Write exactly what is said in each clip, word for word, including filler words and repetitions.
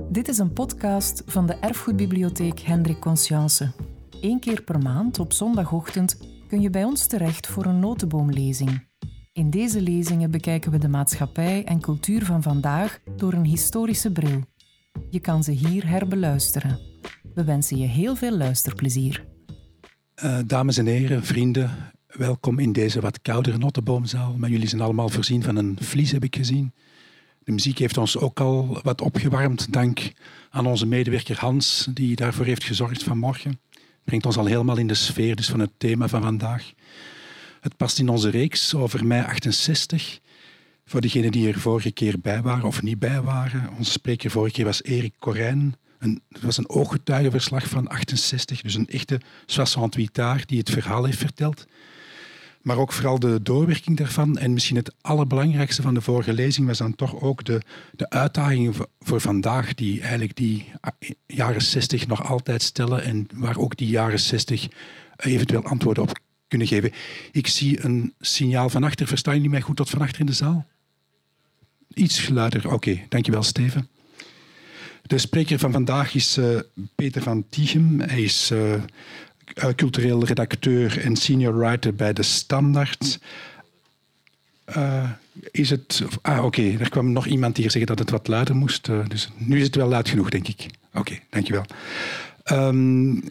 Dit is een podcast van de Erfgoedbibliotheek Hendrik Conscience. Eén keer per maand op zondagochtend kun je bij ons terecht voor een notenboomlezing. In deze lezingen bekijken we de maatschappij en cultuur van vandaag door een historische bril. Je kan ze hier herbeluisteren. We wensen je heel veel luisterplezier. Uh, dames en heren, vrienden, welkom in deze wat koudere notenboomzaal. Maar jullie zijn allemaal voorzien van een vlies, heb ik gezien. De muziek heeft ons ook al wat opgewarmd, dank aan onze medewerker Hans, die daarvoor heeft gezorgd vanmorgen. Brengt ons al helemaal in de sfeer dus van het thema van vandaag. Het past in onze reeks over mei achtenzestig. Voor degenen die er vorige keer bij waren of niet bij waren. Onze spreker vorige keer was Erik Corijn. Een, het was een ooggetuigenverslag van achtenzestig, dus een echte soixante-huit die het verhaal heeft verteld. Maar ook vooral de doorwerking daarvan. En misschien het allerbelangrijkste van de vorige lezing was dan toch ook de, de uitdagingen voor vandaag, die eigenlijk die jaren zestig nog altijd stellen en waar ook die jaren zestig eventueel antwoorden op kunnen geven. Ik zie een signaal van achter. Verstaan jullie mij goed tot van achter in de zaal? Iets luider. Oké, okay, dankjewel Steven. De spreker van vandaag is uh, Peter van Tichem. Hij is uh, cultureel redacteur en senior writer bij De Standaard. Uh, is het... Ah, oké. Okay. Er kwam nog iemand hier zeggen dat het wat luider moest. Uh, dus nu is het wel luid genoeg, denk ik. Oké, okay, dankjewel. Um,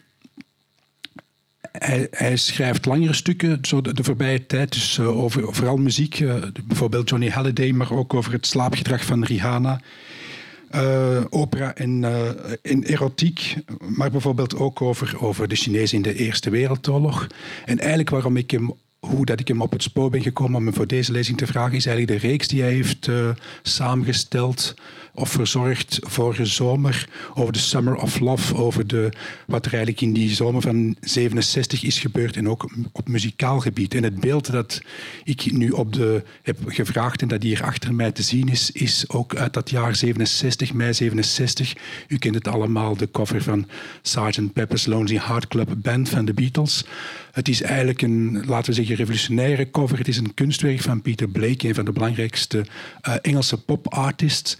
Hij, hij schrijft langere stukken zo de, de voorbije tijd, dus uh, over vooral muziek, uh, bijvoorbeeld Johnny Halliday, maar ook over het slaapgedrag van Rihanna, uh, opera en, uh, en erotiek, maar bijvoorbeeld ook over, over de Chinezen in de Eerste Wereldoorlog. En eigenlijk waarom ik hem, hoe dat ik hem op het spoor ben gekomen om hem voor deze lezing te vragen, is eigenlijk de reeks die hij heeft uh, samengesteld of verzorgd vorige zomer over de Summer of Love, over de, wat er eigenlijk in die zomer van zevenenzestig is gebeurd en ook op muzikaal gebied. En het beeld dat ik nu op de, heb gevraagd en dat hier achter mij te zien is, is ook uit dat jaar zevenenzestig, mei zevenenzestig. U kent het allemaal, de cover van sergeant Pepper's Lonely Hearts Club Band van de Beatles. Het is eigenlijk een, laten we zeggen, revolutionaire cover. Het is een kunstwerk van Peter Blake, een van de belangrijkste uh, Engelse pop-artists.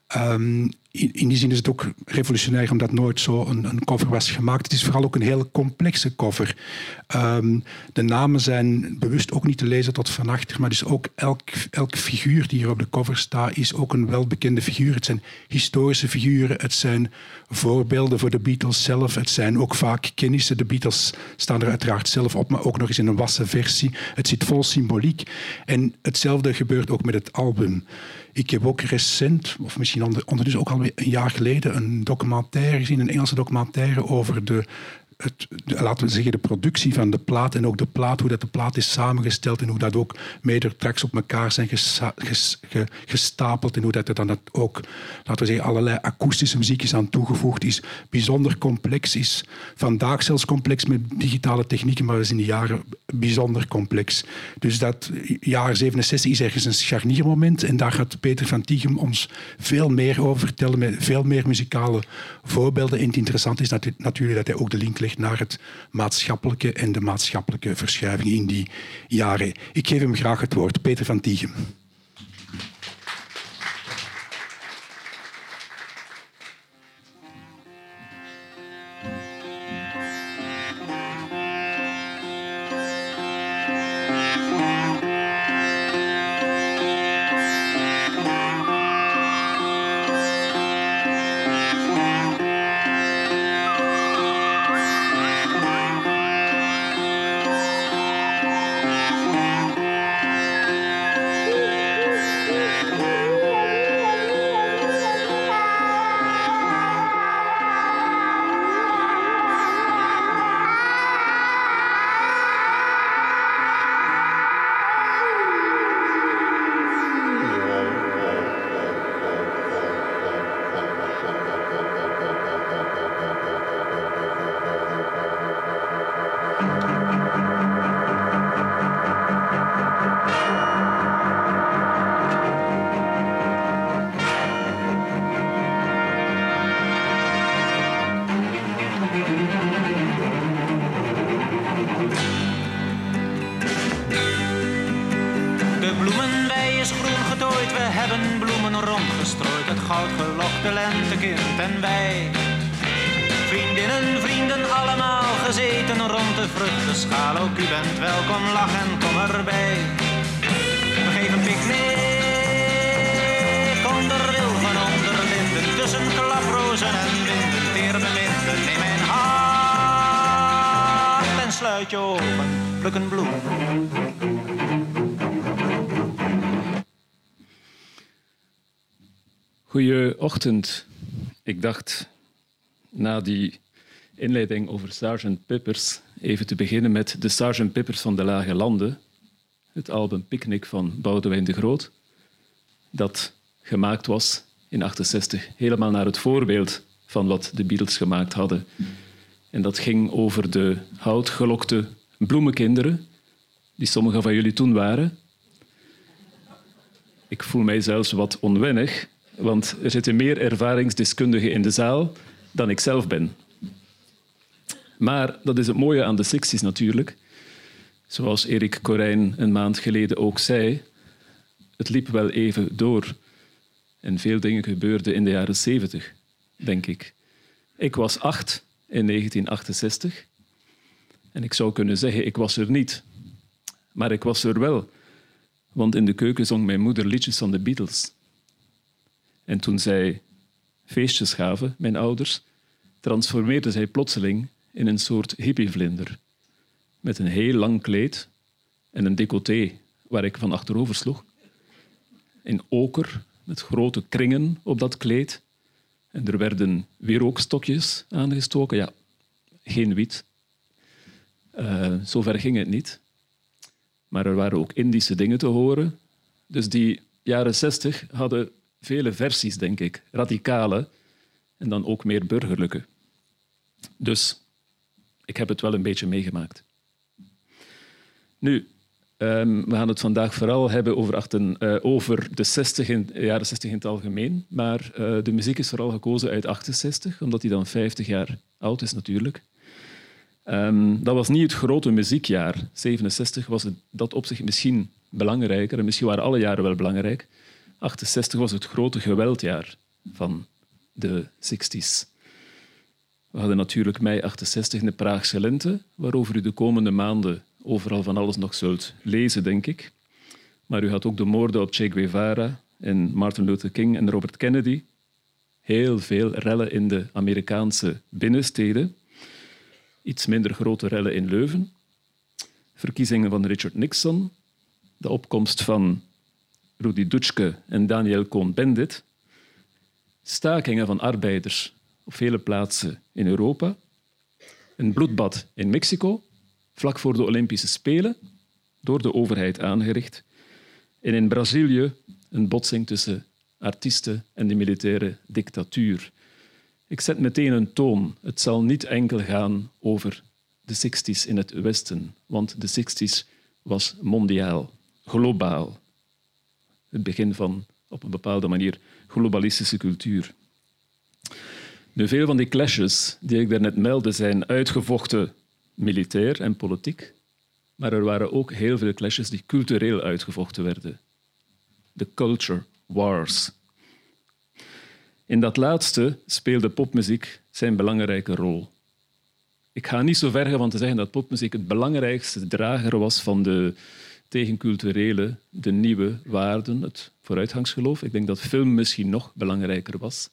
Um, in, in die zin is het ook revolutionair omdat nooit zo een, een cover was gemaakt. Het is vooral ook een hele complexe cover. Um, de namen zijn bewust ook niet te lezen tot van achter, maar dus ook elk, elk figuur die hier op de cover staat is ook een welbekende figuur. Het zijn historische figuren, het zijn voorbeelden voor de Beatles zelf, het zijn ook vaak kennissen. De Beatles staan er uiteraard zelf op, maar ook nog eens in een wassen versie. Het zit vol symboliek. En hetzelfde gebeurt ook met het album. Ik heb ook recent, of misschien ondertussen ook al een jaar geleden, een documentaire gezien, een Engelse documentaire over de, het, de, laten we zeggen, de productie van de plaat en ook de plaat, hoe dat de plaat is samengesteld en hoe dat ook meerdere tracks op elkaar zijn gesa, ges, ge, gestapeld en hoe dat er dan ook, laten we zeggen, allerlei akoestische muziek is aan toegevoegd, is bijzonder complex, is vandaag zelfs complex met digitale technieken, maar is in de jaren bijzonder complex. Dus dat jaar zevenenzestig is ergens een scharniermoment en daar gaat Peter van Tichem ons veel meer over vertellen met veel meer muzikale voorbeelden. En het interessante is dat natuurlijk dat hij ook de link legt naar het maatschappelijke en de maatschappelijke verschuiving in die jaren. Ik geef hem graag het woord. Peter van Tichem. Woo! ooit, we hebben bloemen rondgestrooid, het goudgelokte lentekind en wij. Vriendinnen, vrienden, allemaal gezeten rond de vruchtenschaal. Ook u bent welkom, lach en kom erbij. We geven picknick onder wilgen, onder linden, tussen klaprozen en winden. Teer beminden, neem mijn hand en sluit je ogen, pluk een bloem. Goeieochtend. Ik dacht na die inleiding over sergeant Pippers even te beginnen met de sergeant Pippers van de Lage Landen, het album Picnic van Boudewijn de Groot, dat gemaakt was in achtenzestig, helemaal naar het voorbeeld van wat de Beatles gemaakt hadden. En dat ging over de houtgelokte bloemenkinderen, die sommigen van jullie toen waren. Ik voel mij zelfs wat onwennig, want er zitten meer ervaringsdeskundigen in de zaal dan ik zelf ben. Maar dat is het mooie aan de zestig's natuurlijk. Zoals Erik Corijn een maand geleden ook zei, het liep wel even door. En veel dingen gebeurden in de jaren zeventig, denk ik. Ik was acht in negentien achtenzestig. En ik zou kunnen zeggen, ik was er niet. Maar ik was er wel. Want in de keuken zong mijn moeder liedjes van de Beatles. En toen zij feestjes gaven, mijn ouders, transformeerde zij plotseling in een soort hippievlinder. Met een heel lang kleed en een décolleté waar ik van achterover sloeg. In oker, met grote kringen op dat kleed. En er werden wierookstokjes aangestoken. Ja, geen wiet. Uh, zover ging het niet. Maar er waren ook Indische dingen te horen. Dus die jaren zestig hadden vele versies, denk ik. Radicale en dan ook meer burgerlijke. Dus ik heb het wel een beetje meegemaakt. Nu, um, we gaan het vandaag vooral hebben over, achten, uh, over de zestig in, jaren zestig in het algemeen. Maar uh, de muziek is vooral gekozen uit achtenzestig, omdat die dan vijftig jaar oud is natuurlijk. Um, dat was niet het grote muziekjaar. zevenenzestig was het, dat op zich misschien belangrijker. En misschien waren alle jaren wel belangrijk. achtenzestig was het grote geweldjaar van de zestig's. We hadden natuurlijk mei achtenzestig de Praagse lente, waarover u de komende maanden overal van alles nog zult lezen, denk ik. Maar u had ook de moorden op Che Guevara en Martin Luther King en Robert Kennedy. Heel veel rellen in de Amerikaanse binnensteden. Iets minder grote rellen in Leuven. Verkiezingen van Richard Nixon. De opkomst van Rudi Dutschke en Daniel Cohn-Bendit. Stakingen van arbeiders op vele plaatsen in Europa. Een bloedbad in Mexico, vlak voor de Olympische Spelen, door de overheid aangericht. En in Brazilië een botsing tussen artiesten en de militaire dictatuur. Ik zet meteen een toon. Het zal niet enkel gaan over de zestig's in het Westen, want de zestig's was mondiaal, globaal. Het begin van, op een bepaalde manier, globalistische cultuur. Nu, veel van die clashes die ik daarnet meldde zijn uitgevochten militair en politiek, maar er waren ook heel veel clashes die cultureel uitgevochten werden. De culture wars. In dat laatste speelde popmuziek zijn belangrijke rol. Ik ga niet zo ver gaan van te zeggen dat popmuziek het belangrijkste drager was van de tegenculturele, de nieuwe waarden, het vooruitgangsgeloof. Ik denk dat film misschien nog belangrijker was.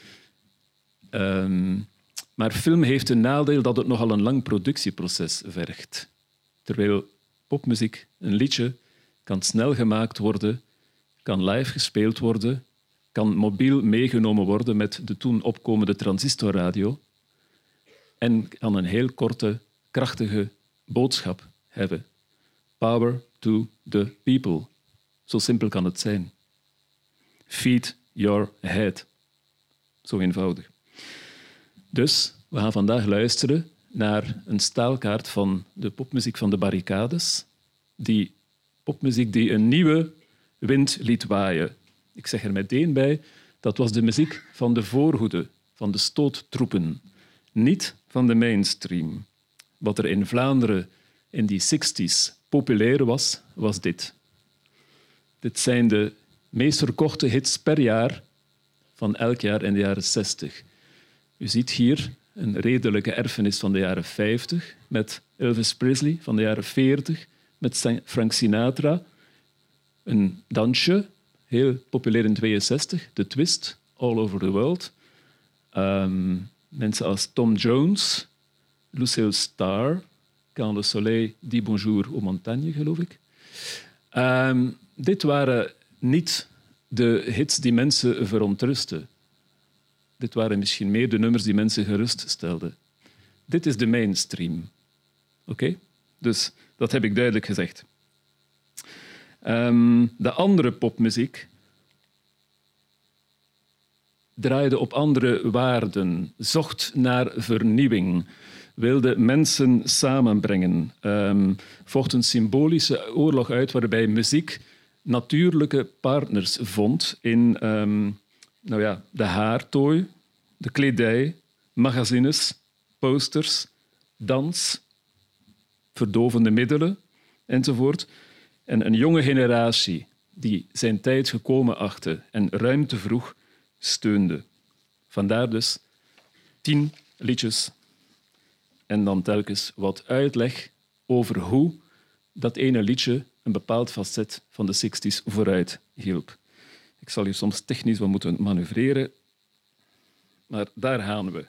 Um, maar film heeft een nadeel dat het nogal een lang productieproces vergt. Terwijl popmuziek, een liedje, kan snel gemaakt worden, kan live gespeeld worden, kan mobiel meegenomen worden met de toen opkomende transistorradio en kan een heel korte, krachtige boodschap hebben. Power to the people. Zo simpel kan het zijn. Feed your head. Zo eenvoudig. Dus we gaan vandaag luisteren naar een staalkaart van de popmuziek van de barricades. Die popmuziek die een nieuwe wind liet waaien. Ik zeg er meteen bij, dat was de muziek van de voorhoede, van de stoottroepen. Niet van de mainstream. Wat er in Vlaanderen in die zestig's populair was, was dit. Dit zijn de meest verkochte hits per jaar van elk jaar in de jaren zestig. U ziet hier een redelijke erfenis van de jaren vijftig met Elvis Presley, van de jaren veertig met Frank Sinatra. Een dansje, heel populair in tweeënzestig, The Twist, All Over the World. Um, mensen als Tom Jones, Lucille Starr, Quand le soleil dit bonjour aux montagnes, geloof ik. Um, dit waren niet de hits die mensen verontrusten. Dit waren misschien meer de nummers die mensen geruststelden. Dit is de mainstream. Oké? Okay? Dus dat heb ik duidelijk gezegd. Um, de andere popmuziek draaide op andere waarden, zocht naar vernieuwing, wilde mensen samenbrengen, um, vocht een symbolische oorlog uit waarbij muziek natuurlijke partners vond in um, nou ja, de haartooi, de kledij, magazines, posters, dans, verdovende middelen enzovoort. En een jonge generatie die zijn tijd gekomen achtte en ruimte vroeg, steunde. Vandaar dus tien liedjes en dan telkens wat uitleg over hoe dat ene liedje een bepaald facet van de zestig's vooruit hielp. Ik zal hier soms technisch wat moeten manoeuvreren, maar daar gaan we.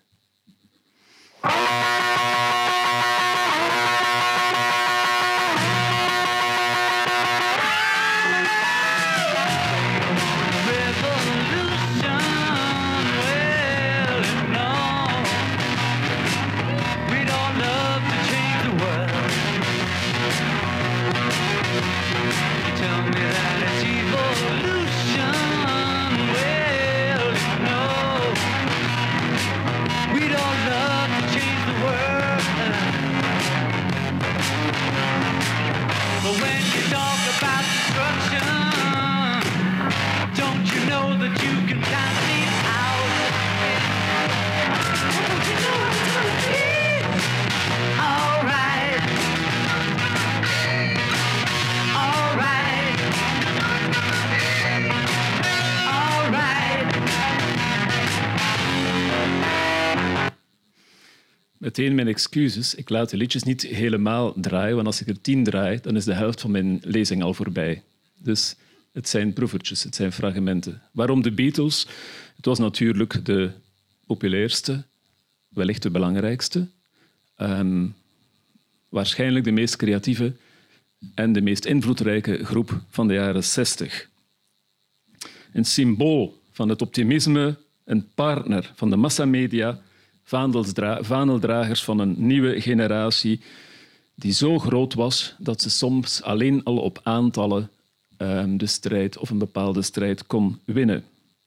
Meteen mijn excuses. Ik laat de liedjes niet helemaal draaien, want als ik er tien draai, dan is de helft van mijn lezing al voorbij. Dus het zijn proevertjes, het zijn fragmenten. Waarom de Beatles? Het was natuurlijk de populairste, wellicht de belangrijkste, um, waarschijnlijk de meest creatieve en de meest invloedrijke groep van de jaren zestig. Een symbool van het optimisme, een partner van de massamedia, vaandeldragers van een nieuwe generatie die zo groot was dat ze soms alleen al op aantallen um, de strijd of een bepaalde strijd kon winnen.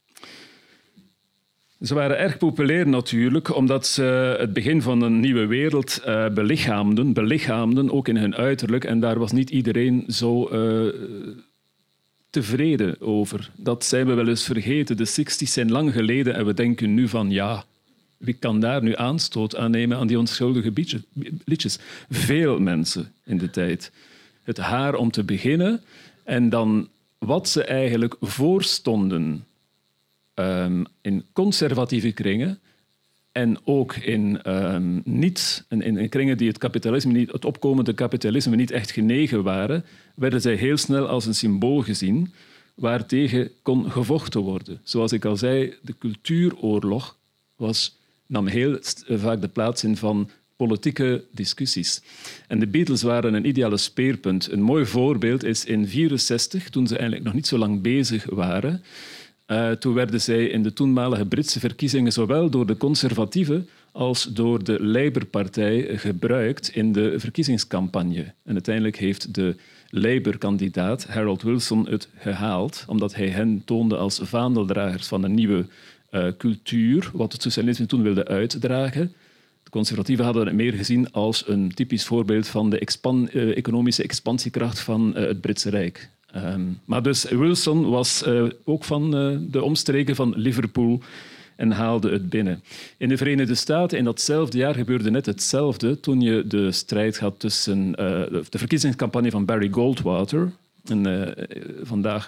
Ze waren erg populair natuurlijk, omdat ze het begin van een nieuwe wereld uh, belichaamden, belichaamden, ook in hun uiterlijk. En daar was niet iedereen zo uh, tevreden over. Dat zijn we wel eens vergeten. De zestig's zijn lang geleden en we denken nu van ja, wie kan daar nu aanstoot aan nemen aan die onschuldige liedjes? Veel mensen in de tijd. Het haar om te beginnen en dan wat ze eigenlijk voorstonden um, in conservatieve kringen en ook in, um, niet, in, in kringen die het, kapitalisme niet, het opkomende kapitalisme niet echt genegen waren, werden zij heel snel als een symbool gezien waartegen kon gevochten worden. Zoals ik al zei, de cultuuroorlog was nam heel vaak de plaats in van politieke discussies. En de Beatles waren een ideale speerpunt. Een mooi voorbeeld is in negentien vierenzestig, toen ze eigenlijk nog niet zo lang bezig waren. Uh, toen werden zij in de toenmalige Britse verkiezingen zowel door de conservatieven als door de Labour-partij gebruikt in de verkiezingscampagne. En uiteindelijk heeft de Labour-kandidaat Harold Wilson het gehaald, omdat hij hen toonde als vaandeldragers van een nieuwe Uh, cultuur, wat het socialisme toen wilde uitdragen. De conservatieven hadden het meer gezien als een typisch voorbeeld van de expan- uh, economische expansiekracht van uh, het Britse Rijk. Um, maar dus Wilson was uh, ook van uh, de omstreken van Liverpool en haalde het binnen. In de Verenigde Staten in datzelfde jaar gebeurde net hetzelfde toen je de strijd had tussen uh, de verkiezingscampagne van Barry Goldwater, en uh, vandaag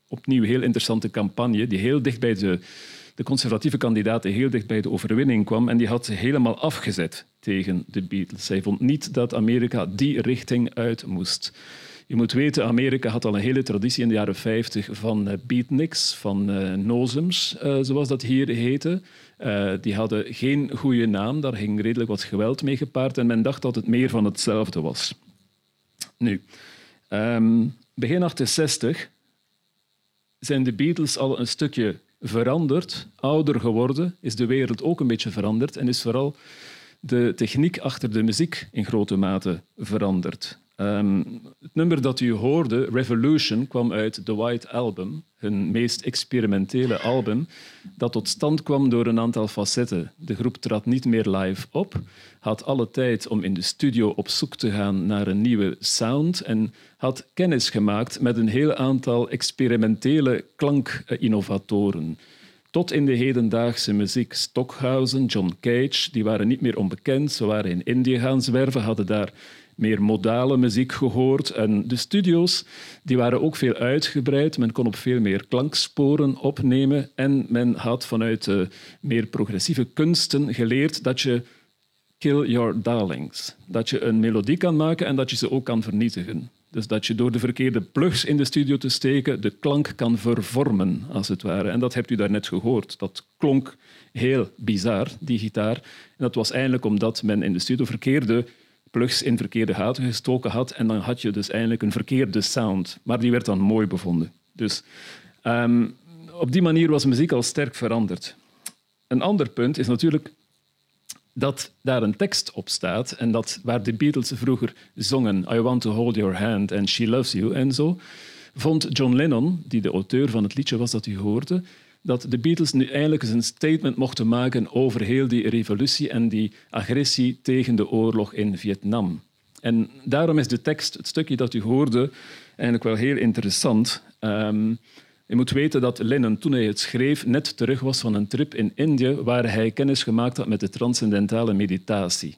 opnieuw heel interessante campagne die heel dicht bij de, de conservatieve kandidaten heel dicht bij de overwinning kwam en die had ze helemaal afgezet tegen de Beatles. Hij vond niet dat Amerika die richting uit moest. Je moet weten, Amerika had al een hele traditie in de jaren vijftig van uh, beatniks, van uh, nozems, uh, zoals dat hier heette. Uh, die hadden geen goede naam, daar ging redelijk wat geweld mee gepaard en men dacht dat het meer van hetzelfde was. Nu, um, begin achtenzestig zijn de Beatles al een stukje veranderd, ouder geworden, is de wereld ook een beetje veranderd en is vooral de techniek achter de muziek in grote mate veranderd. Um, het nummer dat u hoorde, Revolution, kwam uit The White Album, hun meest experimentele album, dat tot stand kwam door een aantal facetten. De groep trad niet meer live op, had alle tijd om in de studio op zoek te gaan naar een nieuwe sound en had kennis gemaakt met een heel aantal experimentele klankinnovatoren. Tot in de hedendaagse muziek. Stockhausen, John Cage, die waren niet meer onbekend. Ze waren in Indië gaan zwerven, hadden daar meer modale muziek gehoord. En de studio's die waren ook veel uitgebreid. Men kon op veel meer klanksporen opnemen. En men had vanuit de meer progressieve kunsten geleerd dat je kill your darlings. Dat je een melodie kan maken en dat je ze ook kan vernietigen. Dus dat je door de verkeerde plugs in de studio te steken de klank kan vervormen, als het ware. En dat hebt u daarnet gehoord. Dat klonk heel bizar, die gitaar. En dat was eigenlijk omdat men in de studio verkeerde plugs in verkeerde gaten gestoken had. En dan had je dus eigenlijk een verkeerde sound. Maar die werd dan mooi bevonden. Dus um, op die manier was muziek al sterk veranderd. Een ander punt is natuurlijk dat daar een tekst op staat en dat waar de Beatles vroeger zongen I want to hold your hand and she loves you en zo, vond John Lennon, die de auteur van het liedje was dat u hoorde, dat de Beatles nu eigenlijk eens een statement mochten maken over heel die revolutie en die agressie tegen de oorlog in Vietnam. En daarom is de tekst, het stukje dat u hoorde, eigenlijk wel heel interessant. Um, Je moet weten dat Lennon, toen hij het schreef, net terug was van een trip in Indië waar hij kennis gemaakt had met de transcendentale meditatie.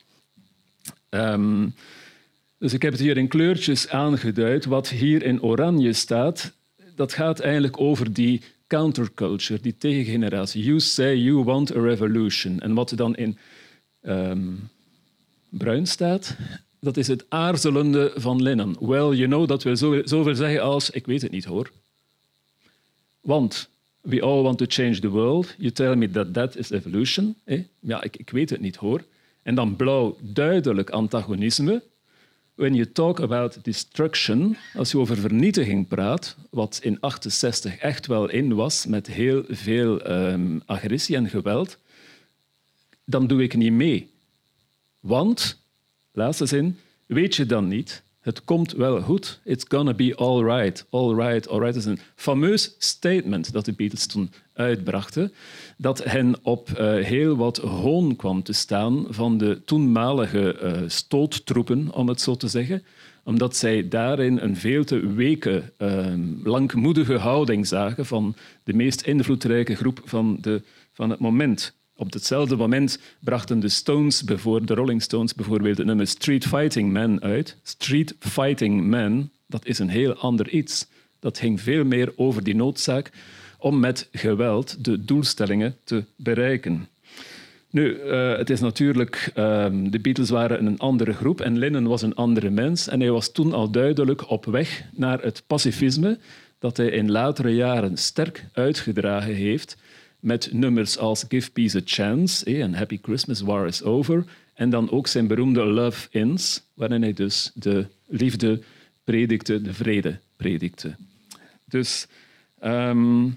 Um, dus ik heb het hier in kleurtjes aangeduid. Wat hier in oranje staat, dat gaat eigenlijk over die counterculture, die tegengeneratie. You say you want a revolution. En wat dan in um, bruin staat, dat is het aarzelende van Lennon. Well, you know, dat wil zoveel zeggen als, ik weet het niet hoor. Want we all want to change the world. You tell me that that is evolution. Eh? Ja, ik, ik weet het niet hoor. En dan blauw, duidelijk antagonisme. When you talk about destruction, als je over vernietiging praat, wat in achtenzestig echt wel in was, met heel veel um, agressie en geweld, dan doe ik niet mee. Want, laatste zin, weet je dan niet, het komt wel goed. It's gonna be all right. All right, all right. Dat is een fameus statement dat de Beatles toen uitbrachten, dat hen op uh, heel wat hoon kwam te staan van de toenmalige uh, stoottroepen, om het zo te zeggen, omdat zij daarin een veel te weke, uh, langmoedige houding zagen van de meest invloedrijke groep van, de, van het moment. Op hetzelfde moment brachten de Stones, de Rolling Stones bijvoorbeeld, het nummer Street Fighting Man uit. Street Fighting Man, dat is een heel ander iets. Dat ging veel meer over die noodzaak om met geweld de doelstellingen te bereiken. Nu, uh, het is natuurlijk, uh, de Beatles waren een andere groep en Lennon was een andere mens. En hij was toen al duidelijk op weg naar het pacifisme dat hij in latere jaren sterk uitgedragen heeft met nummers als Give Peace a Chance eh, en Happy Christmas, War is Over. En dan ook zijn beroemde Love Ins, waarin hij dus de liefde predikte, de vrede predikte. Dus um,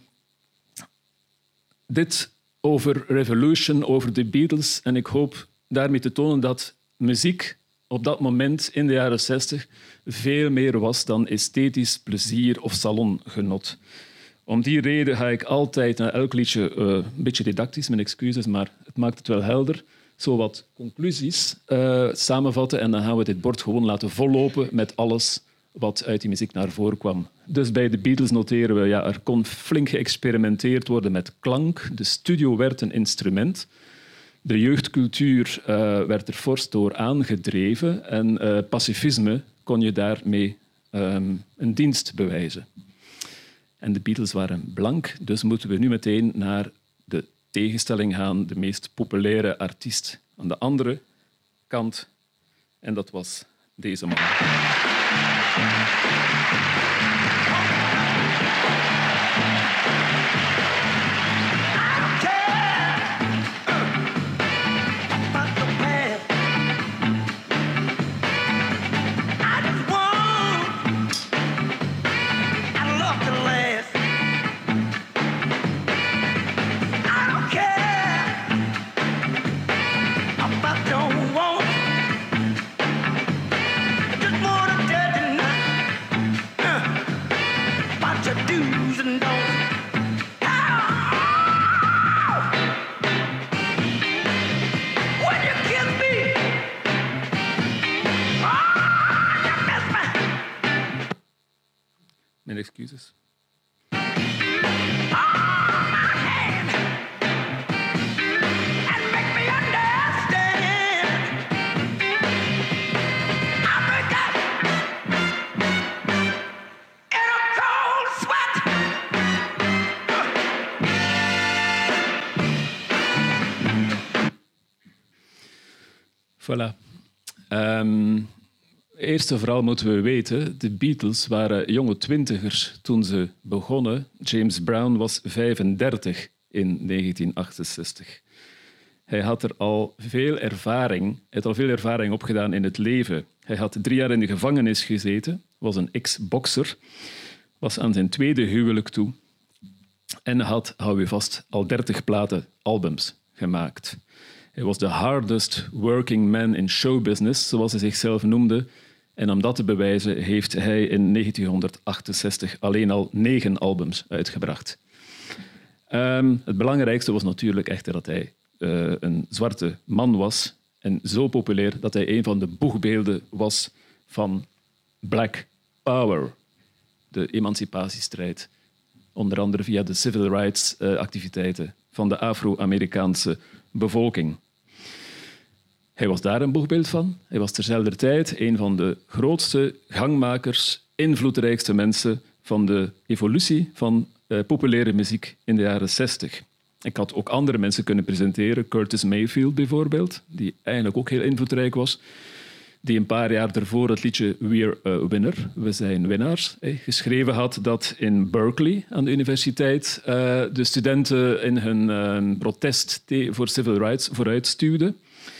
dit over Revolution, over de Beatles. En ik hoop daarmee te tonen dat muziek op dat moment in de jaren zestig veel meer was dan esthetisch plezier of salongenot. Om die reden ga ik altijd naar elk liedje, uh, een beetje didactisch, mijn excuses, maar het maakt het wel helder, zo wat conclusies uh, samenvatten en dan gaan we dit bord gewoon laten vollopen met alles wat uit die muziek naar voren kwam. Dus bij de Beatles noteren we, ja, er kon flink geëxperimenteerd worden met klank. De studio werd een instrument. De jeugdcultuur uh, werd er fors door aangedreven en uh, pacifisme kon je daarmee um, een dienst bewijzen. En de Beatles waren blank, dus moeten we nu meteen naar de tegenstelling gaan, de meest populaire artiest aan de andere kant. En dat was deze man. Mijn excuses. Voilà. Um, eerst en vooral moeten we weten, de Beatles waren jonge twintigers toen ze begonnen. James Brown was vijfendertig in negentien achtenzestig. Hij had er al veel ervaring, hij had al veel ervaring opgedaan in het leven. Hij had drie jaar in de gevangenis gezeten, was een ex-bokser, was aan zijn tweede huwelijk toe en had, hou je vast, al dertig platen, albums gemaakt. Hij was de hardest working man in showbusiness, zoals hij zichzelf noemde. En om dat te bewijzen heeft hij in negentienhonderdachtenzestig alleen al negen albums uitgebracht. Um, het belangrijkste was natuurlijk echter dat hij uh, een zwarte man was. En zo populair dat hij een van de boegbeelden was van Black Power. De emancipatiestrijd. Onder andere via de civil rights uh, activiteiten van de Afro-Amerikaanse bevolking. Hij was daar een boegbeeld van. Hij was terzelfde tijd een van de grootste gangmakers, invloedrijkste mensen van de evolutie van uh, populaire muziek in de jaren zestig. Ik had ook andere mensen kunnen presenteren, Curtis Mayfield bijvoorbeeld, die eigenlijk ook heel invloedrijk was, die een paar jaar daarvoor het liedje We're a Winner, we zijn winnaars, eh, geschreven had, dat in Berkeley aan de universiteit uh, de studenten in hun uh, protest voor civil rights vooruitstuwden.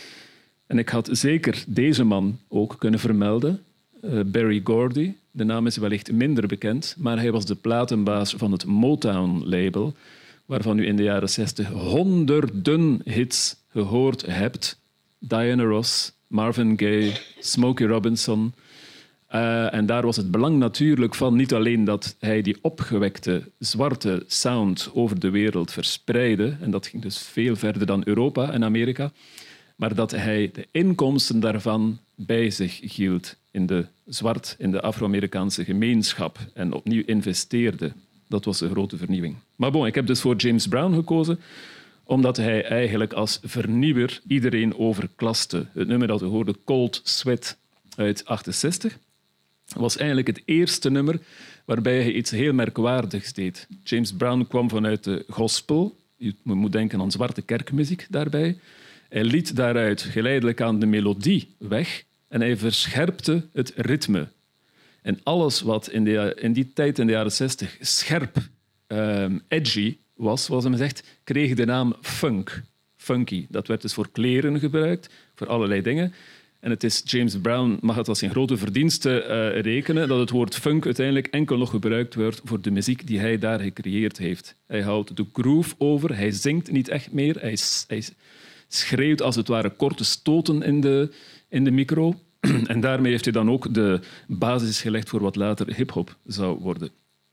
En ik had zeker deze man ook kunnen vermelden, uh, Berry Gordy. De naam is wellicht minder bekend, maar hij was de platenbaas van het Motown-label, waarvan u in de jaren zestig honderden hits gehoord hebt. Diana Ross, Marvin Gaye, Smokey Robinson. Uh, en daar was het belang natuurlijk van niet alleen dat hij die opgewekte zwarte sound over de wereld verspreidde, en dat ging dus veel verder dan Europa en Amerika, maar dat hij de inkomsten daarvan bij zich hield in de zwart, in de Afro-Amerikaanse gemeenschap en opnieuw investeerde. Dat was de grote vernieuwing. Maar bon, ik heb dus voor James Brown gekozen, omdat hij eigenlijk als vernieuwer iedereen overklaste. Het nummer dat we hoorden, Cold Sweat uit achtenzestig, was eigenlijk het eerste nummer waarbij hij iets heel merkwaardigs deed. James Brown kwam vanuit de gospel. Je moet denken aan zwarte kerkmuziek daarbij. Hij liet daaruit geleidelijk aan de melodie weg en hij verscherpte het ritme. En alles wat in, de, in die tijd, in de jaren zestig, scherp, um, edgy was, zoals hij zegt, kreeg de naam funk. Funky. Dat werd dus voor kleren gebruikt, voor allerlei dingen. En het is James Brown mag het als zijn grote verdienste uh, rekenen dat het woord funk uiteindelijk enkel nog gebruikt wordt voor de muziek die hij daar gecreëerd heeft. Hij houdt de groove over, hij zingt niet echt meer, hij, hij schreeuwt als het ware korte stoten in de, in de micro. En daarmee heeft hij dan ook de basis gelegd voor wat later hip-hop zou worden.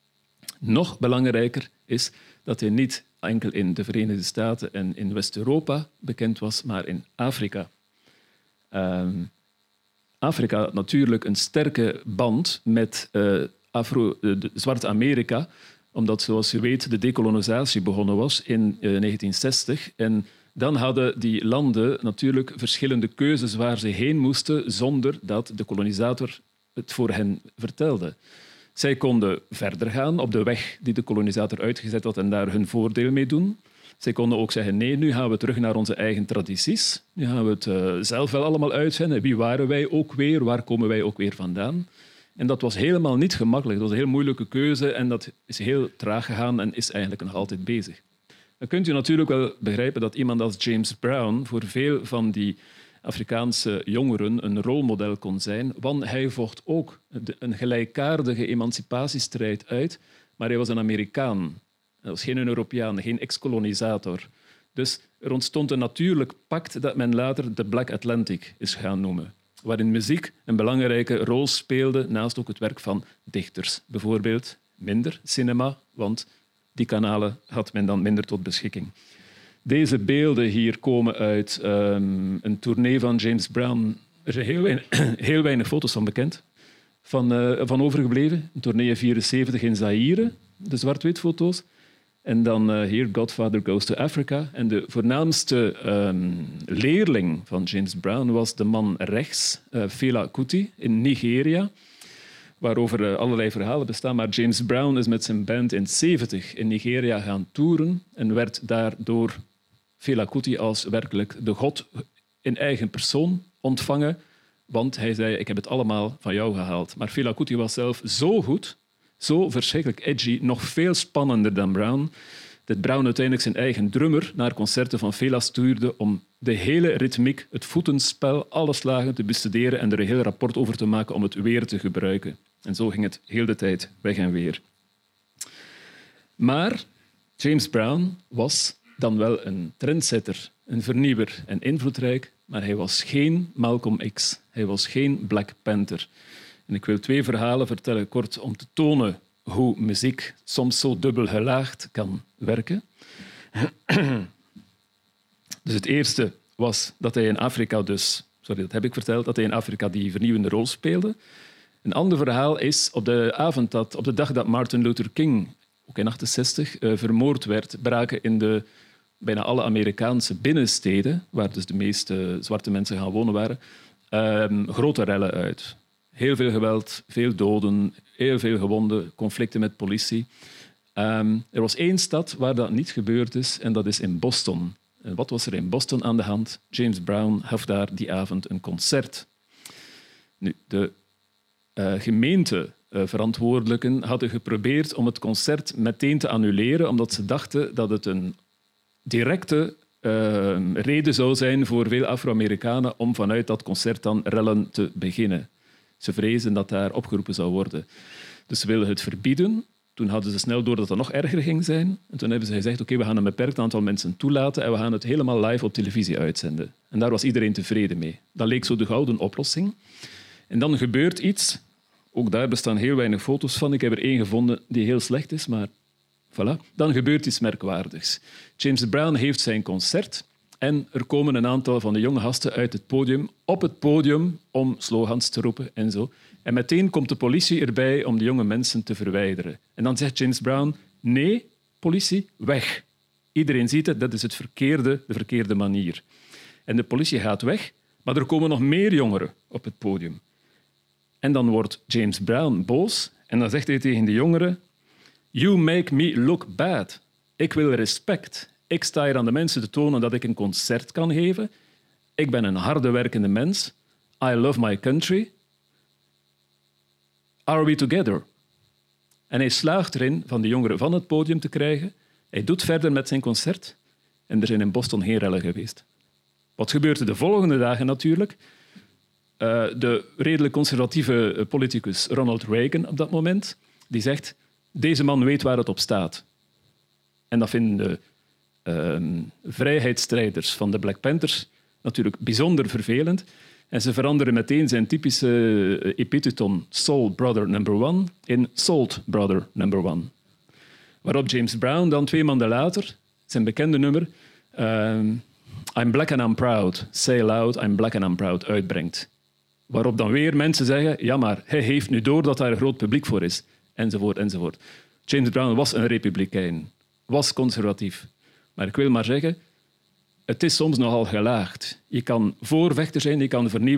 Nog belangrijker is dat hij niet enkel in de Verenigde Staten en in West-Europa bekend was, maar in Afrika. Um, Afrika had natuurlijk een sterke band met uh, Afro, uh, Zwart-Amerika, omdat, zoals je weet, de dekolonisatie begonnen was in uh, negentien zestig. En dan hadden die landen natuurlijk verschillende keuzes waar ze heen moesten, zonder dat de kolonisator het voor hen vertelde. Zij konden verder gaan op de weg die de kolonisator uitgezet had en daar hun voordeel mee doen. Zij konden ook zeggen, nee, nu gaan we terug naar onze eigen tradities. Nu gaan we het uh, zelf wel allemaal uitvinden. Wie waren wij ook weer? Waar komen wij ook weer vandaan? En dat was helemaal niet gemakkelijk. Dat was een heel moeilijke keuze en dat is heel traag gegaan en is eigenlijk nog altijd bezig. Dan kunt u natuurlijk wel begrijpen dat iemand als James Brown voor veel van die Afrikaanse jongeren een rolmodel kon zijn, want hij vocht ook een gelijkaardige emancipatiestrijd uit, maar hij was een Amerikaan. Hij was geen Europeaan, geen ex-kolonisator. Dus er ontstond een natuurlijk pact dat men later de Black Atlantic is gaan noemen, waarin muziek een belangrijke rol speelde, naast ook het werk van dichters. Bijvoorbeeld minder cinema, want die kanalen had men dan minder tot beschikking. Deze beelden hier komen uit um, een tournee van James Brown. Er zijn heel weinig, heel weinig foto's van bekend, van, uh, van overgebleven. Een tournee in vierenzeventig in Zaïre, de zwart-wit foto's. En dan uh, hier Godfather Goes to Africa. En de voornaamste um, leerling van James Brown was de man rechts, uh, Fela Kuti, in Nigeria, waarover uh, allerlei verhalen bestaan. Maar James Brown is met zijn band in zeventig in Nigeria gaan toeren en werd daardoor Fela Kuti als werkelijk de god in eigen persoon ontvangen, want hij zei, ik heb het allemaal van jou gehaald. Maar Fela Kuti was zelf zo goed, zo verschrikkelijk edgy, nog veel spannender dan Brown, dat Brown uiteindelijk zijn eigen drummer naar concerten van Fela stuurde om de hele ritmiek, het voetenspel, alle slagen te bestuderen en er een heel rapport over te maken om het weer te gebruiken. En zo ging het heel de tijd weg en weer. Maar James Brown was dan wel een trendsetter, een vernieuwer en invloedrijk, maar hij was geen Malcolm X, hij was geen Black Panther. En ik wil twee verhalen vertellen, kort, om te tonen hoe muziek soms zo dubbel gelaagd kan werken. Dus het eerste was dat hij in Afrika dus, sorry, dat heb ik verteld, dat hij in Afrika die vernieuwende rol speelde. Een ander verhaal is op de avond dat, op de dag dat Martin Luther King, ook in achtenzestig, uh, vermoord werd, braken in de bijna alle Amerikaanse binnensteden, waar dus de meeste zwarte mensen gaan wonen waren, uh, grote rellen uit. Heel veel geweld, veel doden, heel veel gewonden, conflicten met politie. Um, er was één stad waar dat niet gebeurd is, en dat is in Boston. En wat was er in Boston aan de hand? James Brown gaf daar die avond een concert. Nu, de uh, gemeenteverantwoordelijken uh, hadden geprobeerd om het concert meteen te annuleren, omdat ze dachten dat het een directe uh, reden zou zijn voor veel Afro-Amerikanen om vanuit dat concert dan rellen te beginnen. Ze vrezen dat daar opgeroepen zou worden. Dus ze wilden het verbieden. Toen hadden ze snel door dat het nog erger ging zijn. En toen hebben ze gezegd, oké, okay, we gaan een beperkt aantal mensen toelaten en we gaan het helemaal live op televisie uitzenden. En daar was iedereen tevreden mee. Dat leek zo de gouden oplossing. En dan gebeurt iets. Ook daar bestaan heel weinig foto's van. Ik heb er één gevonden die heel slecht is, maar voilà. Dan gebeurt iets merkwaardigs. James Brown heeft zijn concert en er komen een aantal van de jonge gasten uit het podium, op het podium om slogans te roepen en zo. En meteen komt de politie erbij om de jonge mensen te verwijderen. En dan zegt James Brown, nee, politie, weg. Iedereen ziet het, dat is het verkeerde, de verkeerde manier. En de politie gaat weg, maar er komen nog meer jongeren op het podium. En dan wordt James Brown boos en dan zegt hij tegen de jongeren, you make me look bad. Ik wil respect. Ik sta hier aan de mensen te tonen dat ik een concert kan geven. Ik ben een harde werkende mens. I love my country. Are we together? En hij slaagt erin van de jongeren van het podium te krijgen. Hij doet verder met zijn concert. En er zijn in Boston geen rellen geweest. Wat gebeurt er de volgende dagen natuurlijk? Uh, de redelijk conservatieve politicus Ronald Reagan op dat moment, die zegt, deze man weet waar het op staat. En dat vinden de uh, vrijheidsstrijders van de Black Panthers natuurlijk bijzonder vervelend. En ze veranderen meteen zijn typische epitheton Soul Brother number one in Salt Brother number one. Waarop James Brown dan twee maanden later zijn bekende nummer uh, I'm black and I'm proud, say loud, I'm black and I'm proud uitbrengt. Waarop dan weer mensen zeggen, ja maar hij heeft nu door dat daar een groot publiek voor is. Enzovoort, enzovoort. James Brown was een republikein, was conservatief. Maar ik wil maar zeggen, het is soms nogal gelaagd. Je kan voorvechter zijn, je kan vernieuwen,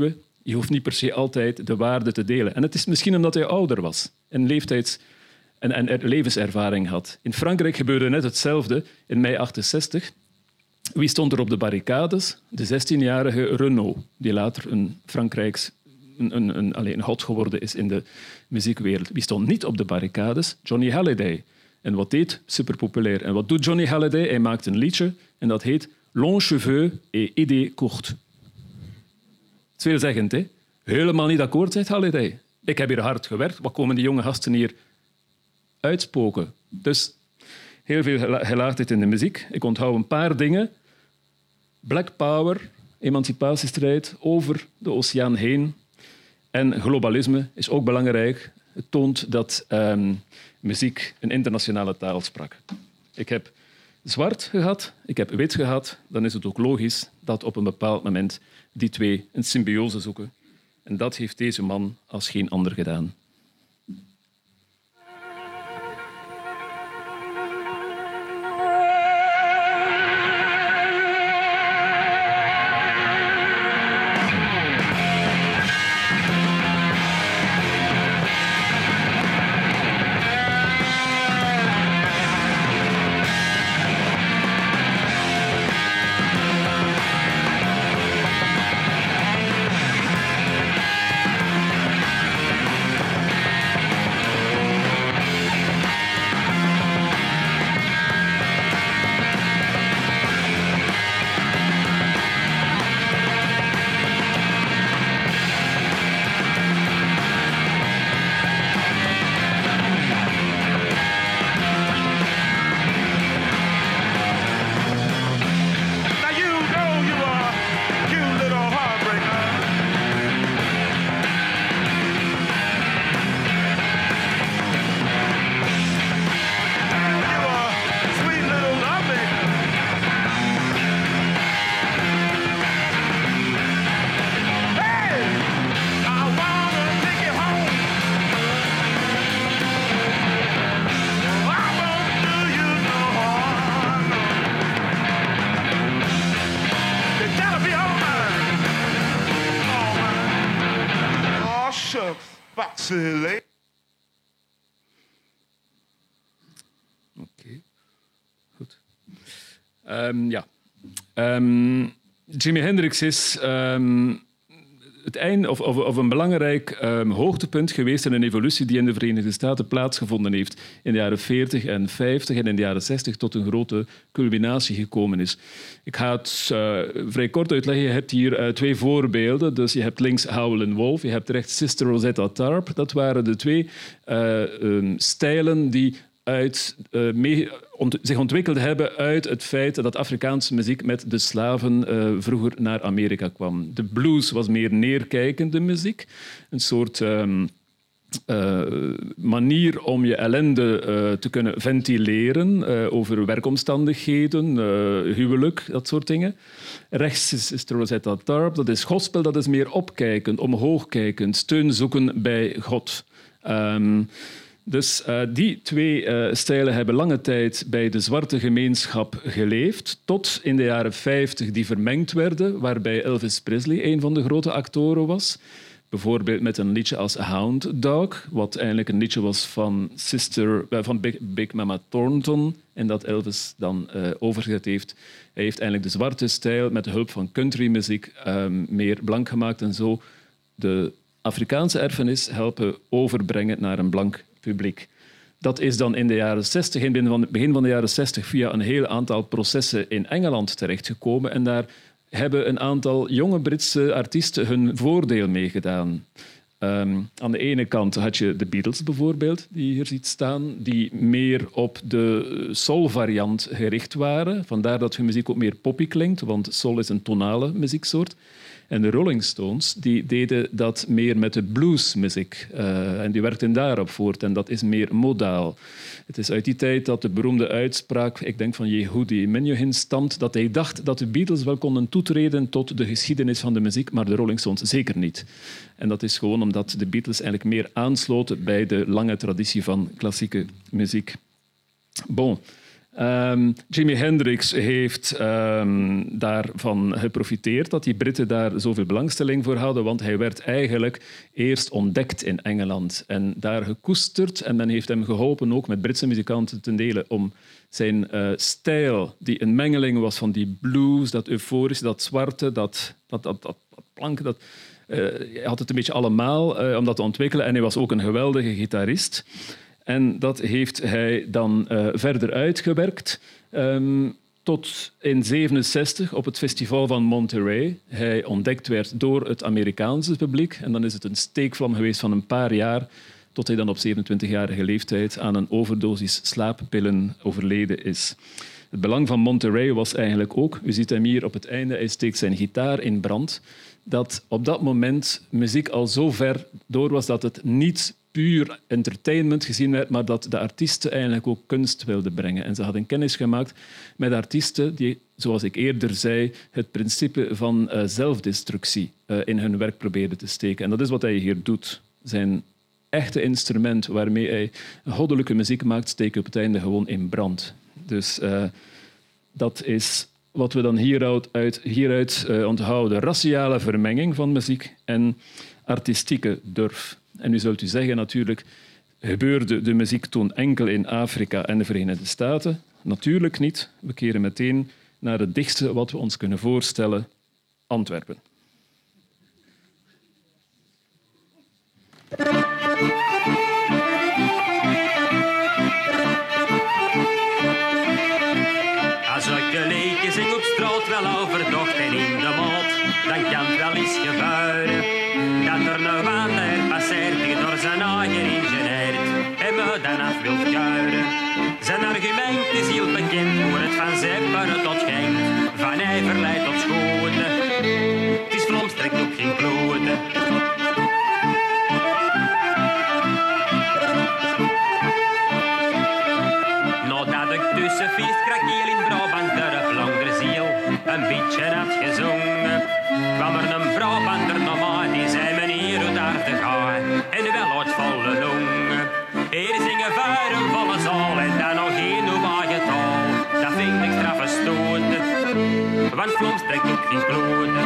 Je hoeft niet per se altijd de waarde te delen. En het is misschien omdat hij ouder was en leeftijds- en, en er- levenservaring had. In Frankrijk gebeurde net hetzelfde in mei achtenzestig. Wie stond er op de barricades? De zestienjarige Renaud, die later een Frankrijks een, een, een, allez, een hot geworden is in de muziekwereld. Wie stond niet op de barricades? Johnny Hallyday. En wat deed? Superpopulair. En wat doet Johnny Hallyday? Hij maakt een liedje en dat heet Longs cheveux et idées courtes. Het is veelzeggend, hè? Helemaal niet akkoord, zegt Hallyday. Ik heb hier hard gewerkt. Wat komen die jonge gasten hier uitspoken? Dus heel veel gela- gelaagdheid in de muziek. Ik onthoud een paar dingen. Black Power, emancipatiestrijd over de oceaan heen. En globalisme is ook belangrijk. Het toont dat um, muziek een internationale taal sprak. Ik heb zwart gehad, ik heb wit gehad. Dan is het ook logisch dat op een bepaald moment die twee een symbiose zoeken. En dat heeft deze man als geen ander gedaan. Oké. Okay. Goed. Um, ja. Um, Jimi Hendrix is um, het einde, of, of, of een belangrijk um, hoogtepunt geweest in een evolutie die in de Verenigde Staten plaatsgevonden heeft in de jaren veertig en vijftig en in de jaren zestig tot een grote culminatie gekomen is. Ik ga het uh, vrij kort uitleggen. Je hebt hier uh, twee voorbeelden. Dus je hebt links Howlin' Wolf, je hebt rechts Sister Rosetta Tharpe. Dat waren de twee uh, um, stijlen die uit, uh, mee, ont, zich ontwikkeld hebben uit het feit dat Afrikaanse muziek met de slaven uh, vroeger naar Amerika kwam. De blues was meer neerkijkende muziek. Een soort um, uh, manier om je ellende uh, te kunnen ventileren uh, over werkomstandigheden, uh, huwelijk, dat soort dingen. Rechts is, is Rosetta Tharpe. Dat is gospel, dat is meer opkijkend, omhoogkijkend, steun zoeken bij God. Um, Dus uh, die twee uh, stijlen hebben lange tijd bij de zwarte gemeenschap geleefd, tot in de jaren vijftig die vermengd werden, waarbij Elvis Presley een van de grote actoren was. Bijvoorbeeld met een liedje als Hound Dog, wat eigenlijk een liedje was van, Sister, uh, van Big, Big Mama Thornton en dat Elvis dan uh, overgezet heeft. Hij heeft eigenlijk de zwarte stijl met de hulp van countrymuziek um, meer blank gemaakt en zo de Afrikaanse erfenis helpen overbrengen naar een blank publiek. Dat is dan in de jaren zestig, in het begin van de jaren zestig, via een heel aantal processen in Engeland terechtgekomen. En daar hebben een aantal jonge Britse artiesten hun voordeel mee gedaan. Um, aan de ene kant had je de Beatles bijvoorbeeld, die je hier ziet staan, die meer op de soul-variant gericht waren. Vandaar dat hun muziek ook meer poppy klinkt, want soul is een tonale muzieksoort. En de Rolling Stones die deden dat meer met de bluesmuziek. Uh, en die werkten daarop voort. En dat is meer modaal. Het is uit die tijd dat de beroemde uitspraak, ik denk van Yehudi Menuhin, stamt, dat hij dacht dat de Beatles wel konden toetreden tot de geschiedenis van de muziek, maar de Rolling Stones zeker niet. En dat is gewoon omdat de Beatles eigenlijk meer aansloten bij de lange traditie van klassieke muziek. Bon. Um, Jimi Hendrix heeft um, daarvan geprofiteerd dat die Britten daar zoveel belangstelling voor hadden, want hij werd eigenlijk eerst ontdekt in Engeland en daar gekoesterd. En men heeft hem geholpen, ook met Britse muzikanten ten dele, om zijn uh, stijl, die een mengeling was van die blues, dat euforische, dat zwarte, dat, dat, dat, dat, dat planken, dat... Uh, hij had het een beetje allemaal uh, om dat te ontwikkelen en hij was ook een geweldige gitarist. En dat heeft hij dan uh, verder uitgewerkt um, tot in zevenenzestig op het festival van Monterey. Hij ontdekt werd door het Amerikaanse publiek en dan is het een steekvlam geweest van een paar jaar tot hij dan op zevenentwintigjarige leeftijd aan een overdosis slaappillen overleden is. Het belang van Monterey was eigenlijk ook, u ziet hem hier op het einde, hij steekt zijn gitaar in brand, dat op dat moment muziek al zo ver door was dat het niet puur entertainment gezien werd, maar dat de artiesten eigenlijk ook kunst wilden brengen. En ze hadden kennis gemaakt met artiesten die, zoals ik eerder zei, het principe van uh, zelfdestructie uh, in hun werk probeerden te steken. En dat is wat hij hier doet. Zijn echte instrument waarmee hij goddelijke muziek maakt, steekt op het einde gewoon in brand. Dus uh, dat is wat we dan hieruit, uit, hieruit uh, onthouden. Raciale vermenging van muziek en artistieke durf. En nu zult u zeggen natuurlijk, gebeurde de muziek toen enkel in Afrika en de Verenigde Staten? Natuurlijk niet. We keren meteen naar het dichtste wat we ons kunnen voorstellen, Antwerpen. Als ik een liedje zing op straat, wel overdag en in de maat, dan kan het wel eens gebeuren dat er een wandeler passeert die door zijn eigen ingeneert en me dan af wil kuieren. Zijn argument is heel bekend, voor het van Zepperen tot Genk, van Nijverleid tot Schoten. Het is Vlaams, trekt ook geen kloten. Nadat ik tussen feest krakeel in Brabander Vlaanderen ziel een beetje had gezongen, kwam er een Brabander naar mij, die zei meneer hoe daar te gaan en wel uit volle longen. Hier zingen vuur een volle zaal en dan nog geen normaal taal. Dat vind ik straf stoten, want Vlaams trekt ook geen kloten.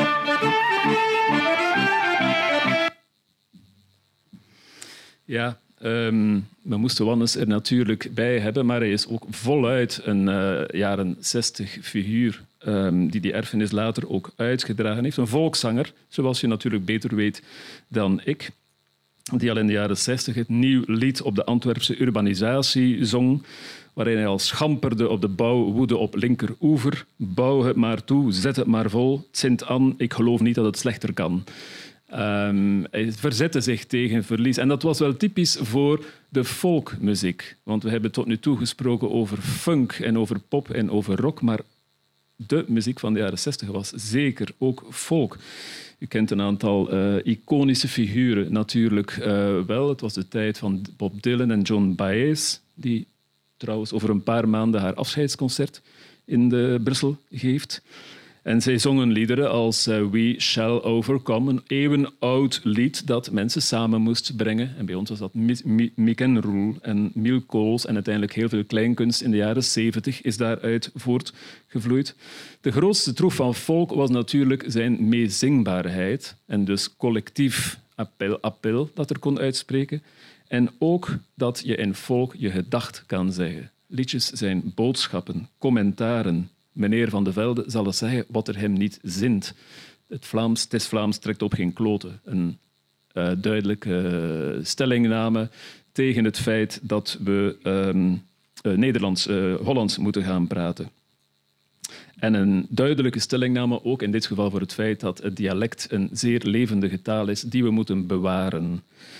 Ja, um, we moesten Wannes er natuurlijk bij hebben, maar hij is ook voluit een uh, jaren zestig figuur um, die die erfenis later ook uitgedragen heeft. Een volkszanger, zoals je natuurlijk beter weet dan ik, die al in de jaren zestig het nieuw lied op de Antwerpse urbanisatie zong, waarin hij al schamperde op de bouwwoede op linkeroever. Bouw het maar toe, zet het maar vol. Sint Ann, ik geloof niet dat het slechter kan. Um, hij verzette zich tegen verlies. En dat was wel typisch voor de folkmuziek. Want we hebben tot nu toe gesproken over funk en over pop en over rock, maar de muziek van de jaren zestig was zeker ook folk. U kent een aantal uh, iconische figuren natuurlijk uh, wel. Het was de tijd van Bob Dylan en Joan Baez, die trouwens over een paar maanden haar afscheidsconcert in de Brussel geeft. En zij zongen liederen als uh, We Shall Overcome, een eeuwenoud lied dat mensen samen moest brengen. En bij ons was dat Mick and Roel en Miel Kools en uiteindelijk heel veel kleinkunst in de jaren zeventig is daaruit voortgevloeid. De grootste troef van folk was natuurlijk zijn meezingbaarheid en dus collectief appel, appel dat er kon uitspreken. En ook dat je in folk je gedacht kan zeggen. Liedjes zijn boodschappen, commentaren. Meneer Van de Velde zal het zeggen wat er hem niet zint. Het Vlaams, het is Vlaams, trekt op geen kloten. Een uh, duidelijke uh, stellingname tegen het feit dat we um, uh, Nederlands, uh, Hollands moeten gaan praten. En een duidelijke stellingname ook in dit geval voor het feit dat het dialect een zeer levendige taal is die we moeten bewaren.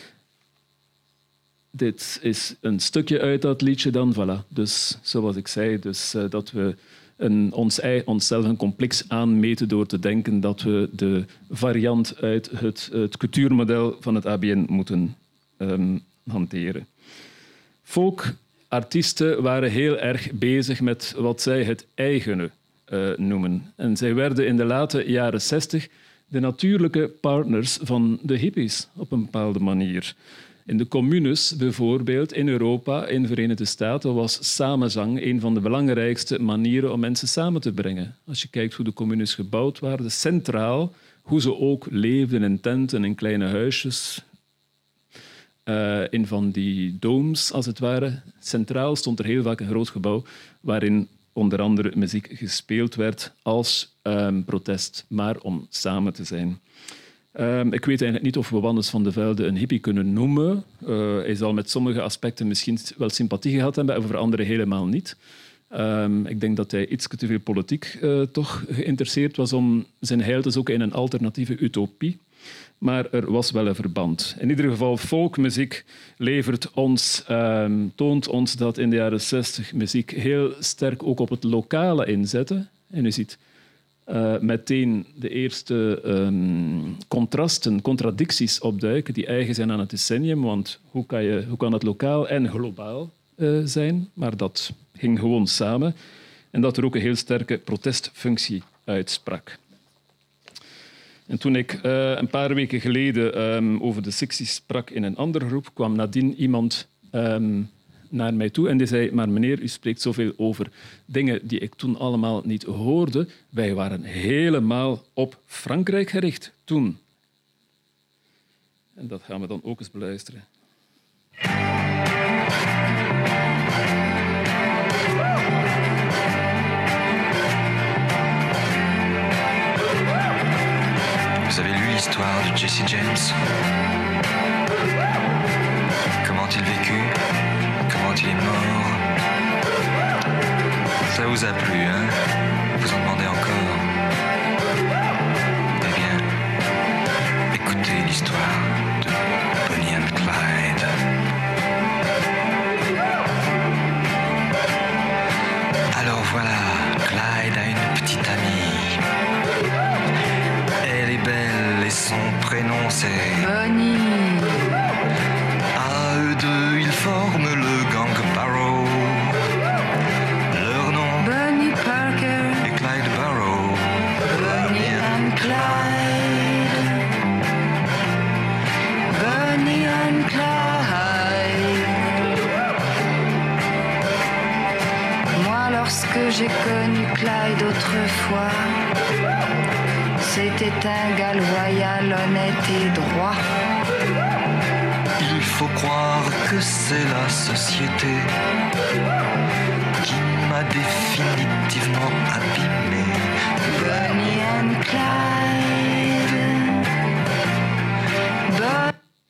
Dit is een stukje uit dat liedje dan, voilà. Dus zoals ik zei, dus, uh, dat we een, ons, onszelf een complex aanmeten door te denken dat we de variant uit het, het cultuurmodel van het A B N moeten um, hanteren. Folkartiesten waren heel erg bezig met wat zij het eigene uh, noemen. En zij werden in de late jaren zestig de natuurlijke partners van de hippies op een bepaalde manier. In de communes bijvoorbeeld, in Europa, in de Verenigde Staten, was samenzang een van de belangrijkste manieren om mensen samen te brengen. Als je kijkt hoe de communes gebouwd waren, centraal, hoe ze ook leefden in tenten, in kleine huisjes, uh, in van die domes, als het ware. Centraal stond er heel vaak een groot gebouw waarin onder andere muziek gespeeld werd als um, protest, maar om samen te zijn. Um, ik weet eigenlijk niet of we Wannes van de Velde een hippie kunnen noemen. Uh, hij zal met sommige aspecten misschien wel sympathie gehad hebben, en voor anderen helemaal niet. Um, ik denk dat hij iets te veel politiek uh, toch geïnteresseerd was om zijn heil te zoeken in een alternatieve utopie. Maar er was wel een verband. In ieder geval, folkmuziek levert ons, um, toont ons dat in de jaren zestig muziek heel sterk ook op het lokale inzette. En u ziet uh, meteen de eerste um, contrasten, contradicties opduiken die eigen zijn aan het decennium. Want hoe kan, je, hoe kan het lokaal en globaal uh, zijn? Maar dat ging gewoon samen. En dat er ook een heel sterke protestfunctie uitsprak. En toen ik uh, een paar weken geleden um, over de sixties sprak in een andere groep, kwam nadien iemand um, naar mij toe en die zei: maar meneer, u spreekt zoveel over dingen die ik toen allemaal niet hoorde. Wij waren helemaal op Frankrijk gericht toen. En dat gaan we dan ook eens beluisteren. Vous avez lu l'histoire de Jesse James? Comment il vécut? Comment il est mort? Ça vous a plu, hein? Vous en demandez encore? Eh bien, écoutez l'histoire de Bonnie and Clyde. Alors voilà, Clyde a une petite amie. Elle est belle et son prénom c'est Bonnie. À eux deux, ils forment le gang Barrow. Leur nom Bonnie Parker. est Clyde Barrow. Bonnie and Clyde. Bonnie and Clyde. Moi, lorsque j'ai connu Clyde autrefois, c'était un gars loyal, honnête et droit. Il faut croire que c'est la société qui m'a définitivement abîmé. Bonnie and Clyde. Bon-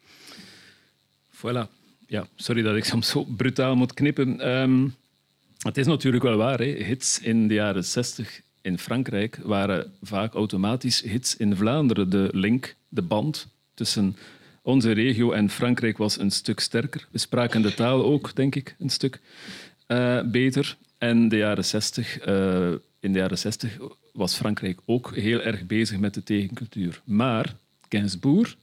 Voilà. Ja, sorry dat ik soms zo brutaal moet knippen. Um, het is natuurlijk wel waar, hè. Hits in de jaren zestig in Frankrijk waren vaak automatisch hits in Vlaanderen. De link, de band tussen onze regio en Frankrijk was een stuk sterker. We spraken de taal ook, denk ik, een stuk uh, beter. En de jaren zestig, uh, in de jaren zestig was Frankrijk ook heel erg bezig met de tegencultuur. Maar Gainsbourg,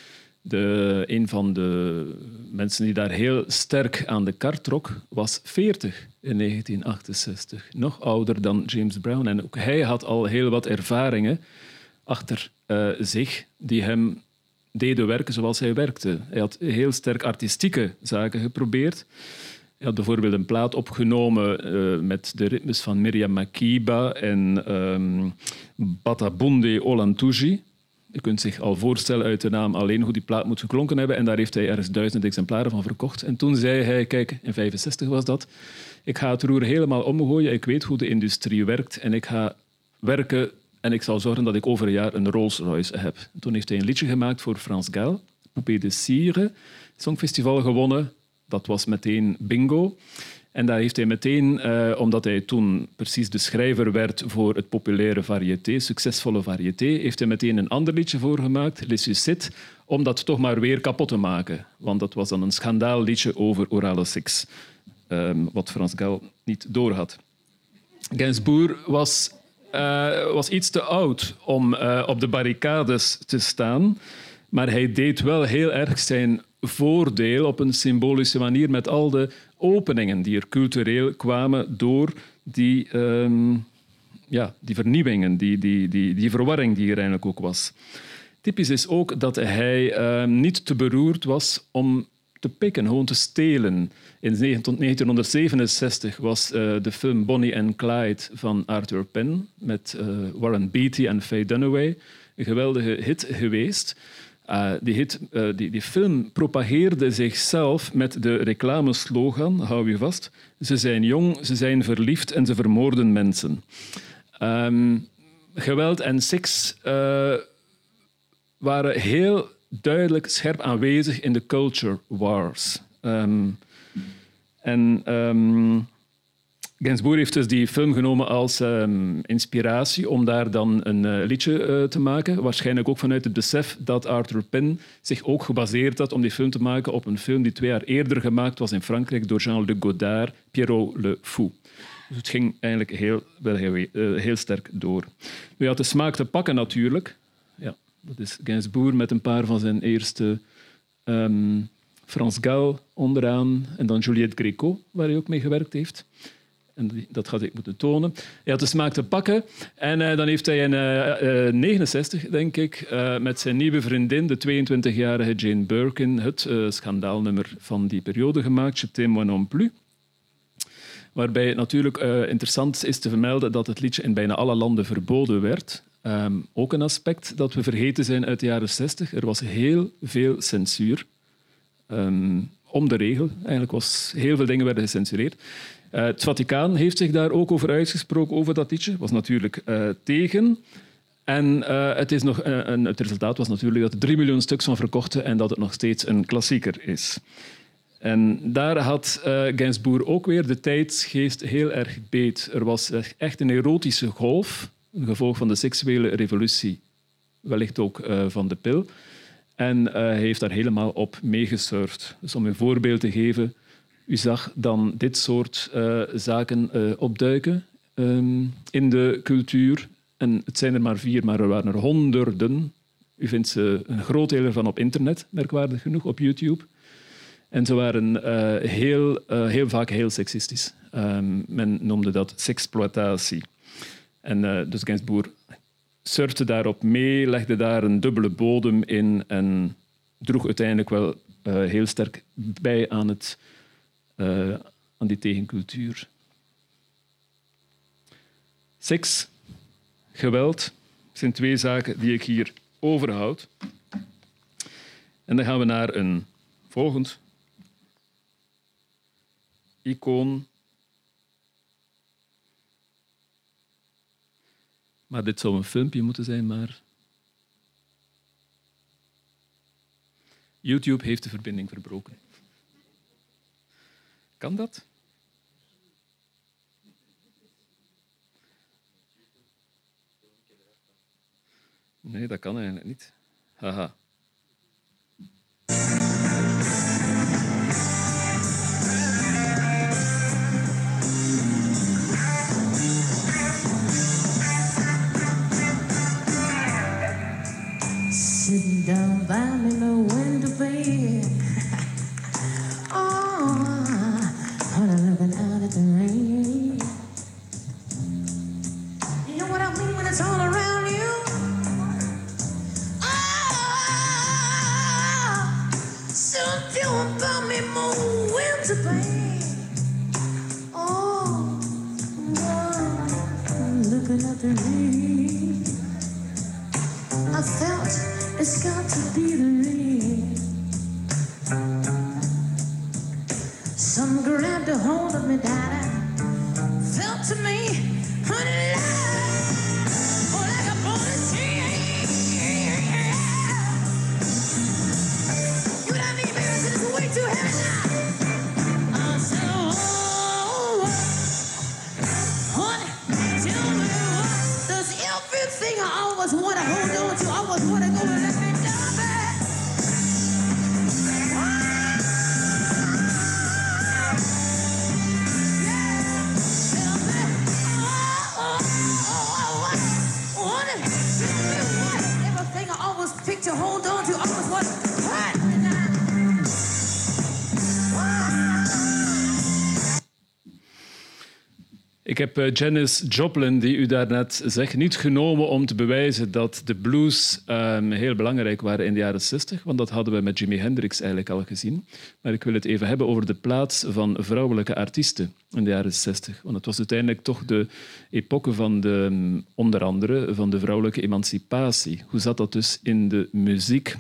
de, een van de mensen die daar heel sterk aan de kar trok, was veertig in negentien achtenzestig. Nog ouder dan James Brown. En ook hij had al heel wat ervaringen achter uh, zich die hem deden werken zoals hij werkte. Hij had heel sterk artistieke zaken geprobeerd. Hij had bijvoorbeeld een plaat opgenomen uh, met de ritmes van Miriam Makeba en um, Batabunde Olantouji. Je kunt zich al voorstellen uit de naam alleen hoe die plaat moet geklonken hebben. En daar heeft hij ergens duizend exemplaren van verkocht. En toen zei hij, kijk, in vijfenzestig was dat, ik ga het roer helemaal omgooien. Ik weet hoe de industrie werkt en ik ga werken en ik zal zorgen dat ik over een jaar een Rolls Royce heb. En toen heeft hij een liedje gemaakt voor France Gall, Poupée de Cire, Songfestival gewonnen. Dat was meteen bingo. En daar heeft hij meteen, uh, omdat hij toen precies de schrijver werd voor het populaire variété, succesvolle variété, heeft hij meteen een ander liedje voor gemaakt, Les Sucites, om dat toch maar weer kapot te maken. Want dat was dan een schandaalliedje over orale seks, um, wat Frans Gall niet doorhad. Gainsbourg was, uh, was iets te oud om uh, op de barricades te staan, maar hij deed wel heel erg zijn voordeel op een symbolische manier met al de openingen die er cultureel kwamen door die, um, ja, die vernieuwingen, die, die, die, die verwarring die er eigenlijk ook was. Typisch is ook dat hij uh, niet te beroerd was om te pikken, gewoon te stelen. In negentien zevenenzestig was uh, de film Bonnie and Clyde van Arthur Penn met uh, Warren Beatty en Faye Dunaway een geweldige hit geweest. Uh, die, hit, uh, die, die film propageerde zichzelf met de reclameslogan, hou je vast, ze zijn jong, ze zijn verliefd en ze vermoorden mensen. Um, geweld en seks uh, waren heel duidelijk scherp aanwezig in de culture wars. Um, en um, Gainsbourg heeft dus die film genomen als um, inspiratie om daar dan een uh, liedje uh, te maken. Waarschijnlijk ook vanuit het besef dat Arthur Penn zich ook gebaseerd had om die film te maken op een film die twee jaar eerder gemaakt was in Frankrijk door Jean-Luc Godard, Pierrot le Fou. Dus het ging eigenlijk heel, wel heel, uh, heel sterk door. Nu had de smaak te pakken natuurlijk. Ja, dat is Gainsbourg met een paar van zijn eerste... Um, Frans Gal onderaan en dan Juliette Gréco, waar hij ook mee gewerkt heeft. En dat gaat ik moeten tonen. Hij had de smaak te pakken. En uh, dan heeft hij in negentien uh, negenenzestig, denk ik, uh, met zijn nieuwe vriendin, de tweeëntwintigjarige Jane Birkin, het uh, schandaalnummer van die periode gemaakt, Je t'aime moi non plus. Waarbij het natuurlijk uh, interessant is te vermelden dat het liedje in bijna alle landen verboden werd. Um, ook een aspect dat we vergeten zijn uit de jaren zestig. Er was heel veel censuur. Um, om de regel. Eigenlijk was heel veel dingen werden gecensureerd. Uh, het Vaticaan heeft zich daar ook over uitgesproken, over dat liedje. Was natuurlijk uh, tegen. En uh, het, is nog, uh, een, het resultaat was natuurlijk dat er drie miljoen stuks van verkochten en dat het nog steeds een klassieker is. En daar had uh, Gainsbourg ook weer de tijdsgeest heel erg beet. Er was echt een erotische golf, een gevolg van de seksuele revolutie, wellicht ook uh, van de pil. En uh, hij heeft daar helemaal op meegesurfd. Dus om een voorbeeld te geven, u zag dan dit soort uh, zaken uh, opduiken um, in de cultuur. En het zijn er maar vier, maar er waren er honderden. U vindt ze een groot deel ervan op internet, merkwaardig genoeg, op YouTube. En ze waren uh, heel, uh, heel vaak heel seksistisch. Um, men noemde dat seksploitatie. En uh, dus Gainsbourg surfte daarop mee, legde daar een dubbele bodem in en droeg uiteindelijk wel uh, heel sterk bij aan, het, uh, aan die tegencultuur. Seks, geweld, zijn twee zaken die ik hier overhoud. En dan gaan we naar een volgend icoon. Maar dit zou een filmpje moeten zijn, maar... YouTube heeft de verbinding verbroken. Kan dat? Nee, dat kan eigenlijk niet. Haha. Sitting down by me, no window bed. Oh, I'm looking out at the rain. You know what I mean when it's all around you? Oh, something about me, more window bed. Oh, I'm looking at the rain. I felt it's got to be the rain. Some grabbed a hold of me, daddy. Felt to me, honey, love, oh, like a bullet chain. You know me, baby, this is way too heavy now. I said, oh, honey, tell me what does everything I always want to hold on to, I always want to go and let me down back. To hold on to almost what hurt me now. Ik heb uh, Janis Joplin, die u daarnet zegt, niet genomen om te bewijzen dat de blues um, heel belangrijk waren in de jaren zestig, want dat hadden we met Jimi Hendrix eigenlijk al gezien. Maar ik wil het even hebben over de plaats van vrouwelijke artiesten in de jaren zestig. Want het was uiteindelijk toch de epoche van de, onder andere, van de vrouwelijke emancipatie. Hoe zat dat dus in de muziek?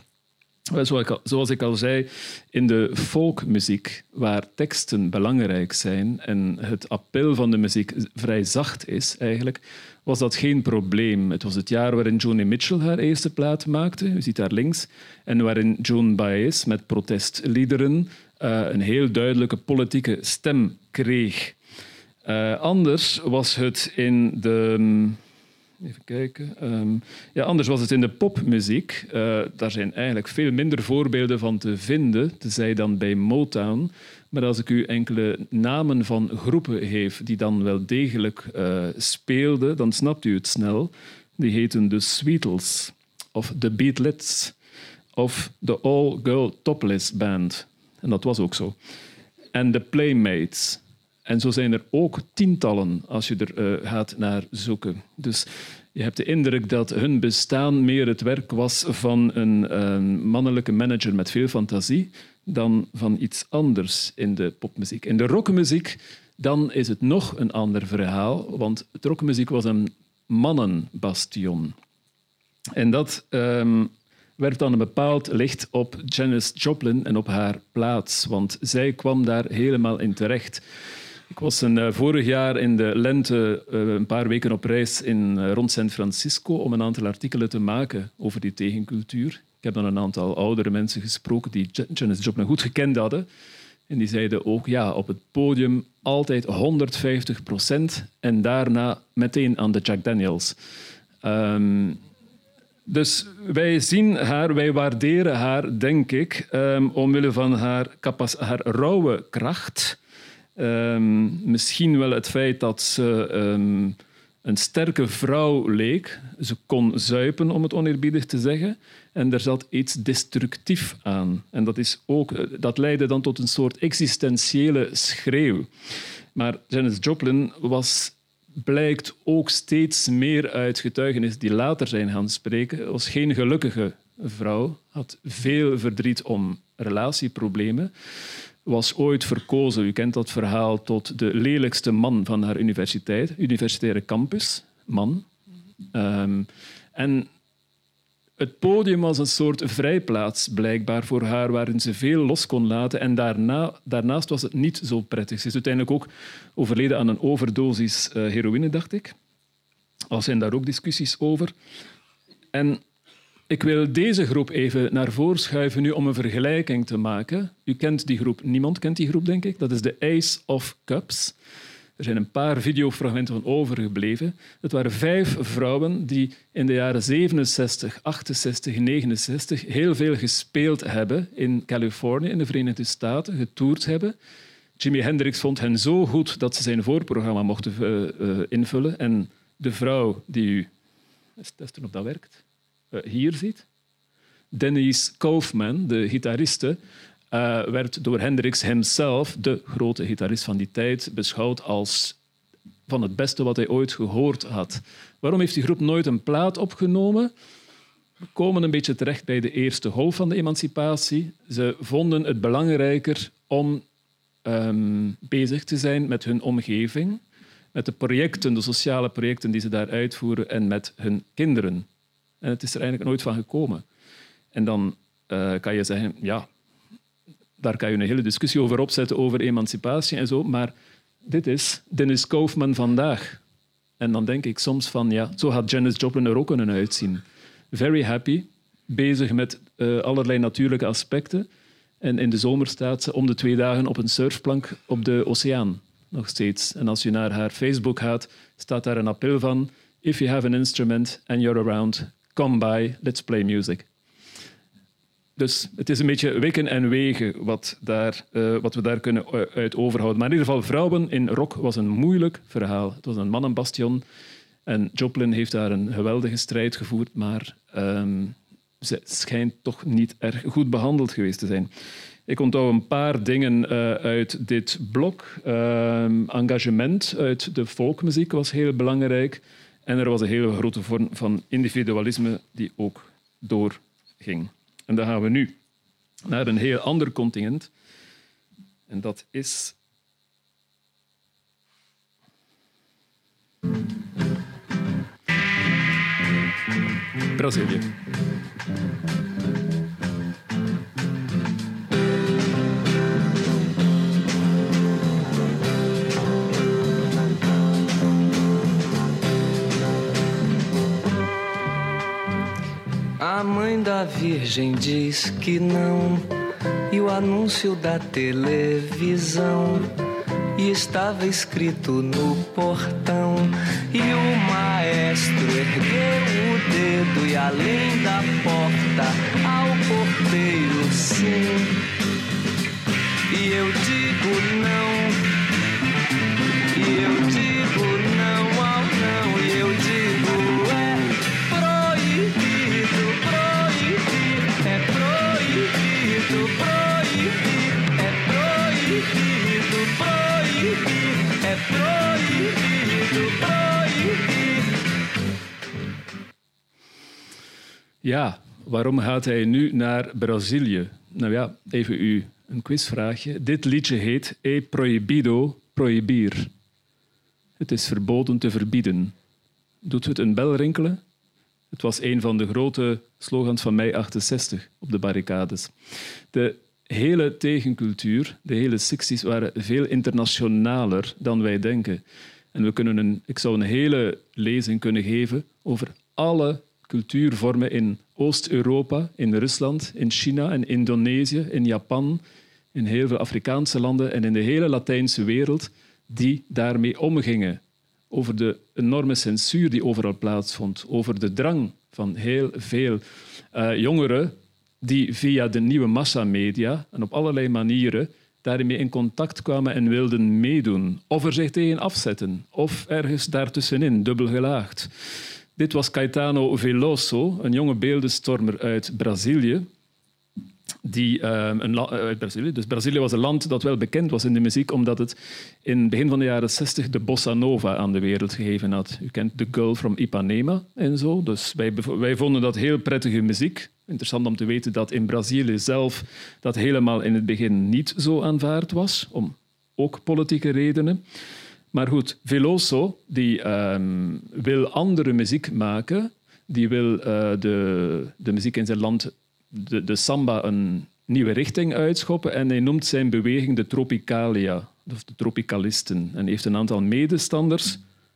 Zoals ik al zei, in de folkmuziek, waar teksten belangrijk zijn en het appel van de muziek vrij zacht is, eigenlijk, was dat geen probleem. Het was het jaar waarin Joni Mitchell haar eerste plaat maakte, u ziet daar links, en waarin Joan Baez met protestliederen uh, een heel duidelijke politieke stem kreeg. Uh, anders was het in de... Even kijken. Um, ja, anders was het in de popmuziek. Uh, daar zijn eigenlijk veel minder voorbeelden van te vinden, tenzij dan bij Motown. Maar als ik u enkele namen van groepen geef die dan wel degelijk uh, speelden, dan snapt u het snel. Die heten de Sweetles, of de Beatlets, of de All-Girl Topless Band. En dat was ook zo. En de Playmates. En zo zijn er ook tientallen als je er uh, gaat naar zoeken. Dus je hebt de indruk dat hun bestaan meer het werk was van een, een mannelijke manager met veel fantasie dan van iets anders in de popmuziek. In de rockmuziek dan is het nog een ander verhaal, want de rockmuziek was een mannenbastion. En dat um, werpt dan een bepaald licht op Janis Joplin en op haar plaats, want zij kwam daar helemaal in terecht. Ik was een, uh, vorig jaar in de lente uh, een paar weken op reis in, uh, rond San Francisco om een aantal artikelen te maken over die tegencultuur. Ik heb dan een aantal oudere mensen gesproken die Janis Joplin goed gekend hadden. En die zeiden ook, ja, op het podium altijd honderdvijftig procent en daarna meteen aan de Jack Daniels. Um, dus wij zien haar, wij waarderen haar, denk ik, um, omwille van haar, haar rauwe kracht. Um, misschien wel het feit dat ze um, een sterke vrouw leek. Ze kon zuipen, om het oneerbiedig te zeggen. En er zat iets destructief aan. En dat, is ook, dat leidde dan tot een soort existentiële schreeuw. Maar Janis Joplin was, blijkt ook steeds meer uit getuigenissen die later zijn gaan spreken, was geen gelukkige vrouw, had veel verdriet om relatieproblemen. Was ooit verkozen, u kent dat verhaal, tot de lelijkste man van haar universiteit, universitaire campus, man. Um, en het podium was een soort vrijplaats, blijkbaar, voor haar, waarin ze veel los kon laten. En daarna, daarnaast was het niet zo prettig. Ze is uiteindelijk ook overleden aan een overdosis uh, heroïne, dacht ik. Er zijn daar ook discussies over. En ik wil deze groep even naar voren schuiven nu om een vergelijking te maken. U kent die groep. Niemand kent die groep, denk ik. Dat is de Ace of Cups. Er zijn een paar videofragmenten van overgebleven. Het waren vijf vrouwen die in de jaren zevenenzestig, achtenzestig, negenenzestig heel veel gespeeld hebben in Californië, in de Verenigde Staten, getoerd hebben. Jimi Hendrix vond hen zo goed dat ze zijn voorprogramma mochten uh, uh, invullen. En de vrouw die u... Eens testen of dat werkt. Uh, hier ziet. Denise Kaufman, de gitariste, uh, werd door Hendrix hemzelf, de grote gitarist van die tijd, beschouwd als van het beste wat hij ooit gehoord had. Waarom heeft die groep nooit een plaat opgenomen? We komen een beetje terecht bij de eerste golf van de emancipatie. Ze vonden het belangrijker om um, bezig te zijn met hun omgeving, met de projecten, de sociale projecten die ze daar uitvoeren en met hun kinderen. En het is er eigenlijk nooit van gekomen. En dan uh, kan je zeggen, ja, daar kan je een hele discussie over opzetten, over emancipatie en zo, maar dit is Dennis Kaufman vandaag. En dan denk ik soms van, ja, zo had Janis Joplin er ook kunnen uitzien. Very happy, bezig met uh, allerlei natuurlijke aspecten. En in de zomer staat ze om de twee dagen op een surfplank op de oceaan, nog steeds. En als je naar haar Facebook gaat, staat daar een appel van: If you have an instrument and you're around, come by, let's play music. Dus het is een beetje wikken en wegen wat, daar, uh, wat we daar kunnen uit overhouden. Maar in ieder geval, vrouwen in rock was een moeilijk verhaal. Het was een mannenbastion. En Joplin heeft daar een geweldige strijd gevoerd, maar um, ze schijnt toch niet erg goed behandeld geweest te zijn. Ik onthoud een paar dingen uh, uit dit blok. Uh, engagement uit de folkmuziek was heel belangrijk. En er was een hele grote vorm van individualisme die ook doorging. En dan gaan we nu naar een heel ander continent. En dat is... Brazilië. A mãe da Virgem diz que não, e o anúncio da televisão, e estava escrito no portão, e o maestro ergueu o dedo, e além da porta ao porteiro sim, e eu digo não, e eu digo não ao não, e eu digo é proibido, proibir, é proibido, proibir, é proibido, proibir, é proibido, proibir. Ja, waarom gaat hij nu naar Brazilië? Nou ja, even u een quizvraagje. Dit liedje heet E Proibido Proibir. Het is verboden te verbieden. Doet het een bel rinkelen? Het was een van de grote slogans van mei achtenzestig op de barricades. De hele tegencultuur, de hele sixties, waren veel internationaler dan wij denken. En we kunnen een, ik zou een hele lezing kunnen geven over alle cultuurvormen in Oost-Europa, in Rusland, in China, in Indonesië, in Japan, in heel veel Afrikaanse landen en in de hele Latijnse wereld die daarmee omgingen. Over de enorme censuur die overal plaatsvond, over de drang van heel veel uh, jongeren die via de nieuwe massamedia en op allerlei manieren daarmee in contact kwamen en wilden meedoen. Of er zich tegen afzetten, of ergens daartussenin, dubbel gelaagd. Dit was Caetano Veloso, een jonge beeldenstormer uit Brazilië. Die, um, een la- uit Brazilië. Dus Brazilië was een land dat wel bekend was in de muziek, omdat het in het begin van de jaren zestig de bossa nova aan de wereld gegeven had. U kent The Girl from Ipanema en zo. Dus wij, wij vonden dat heel prettige muziek. Interessant om te weten dat in Brazilië zelf dat helemaal in het begin niet zo aanvaard was, om ook politieke redenen. Maar goed, Veloso die, um, wil andere muziek maken. Die wil uh, de, de muziek in zijn land, de, de samba, een nieuwe richting uitschoppen. En hij noemt zijn beweging de Tropicalia, of de Tropicalisten. En heeft een aantal medestanders.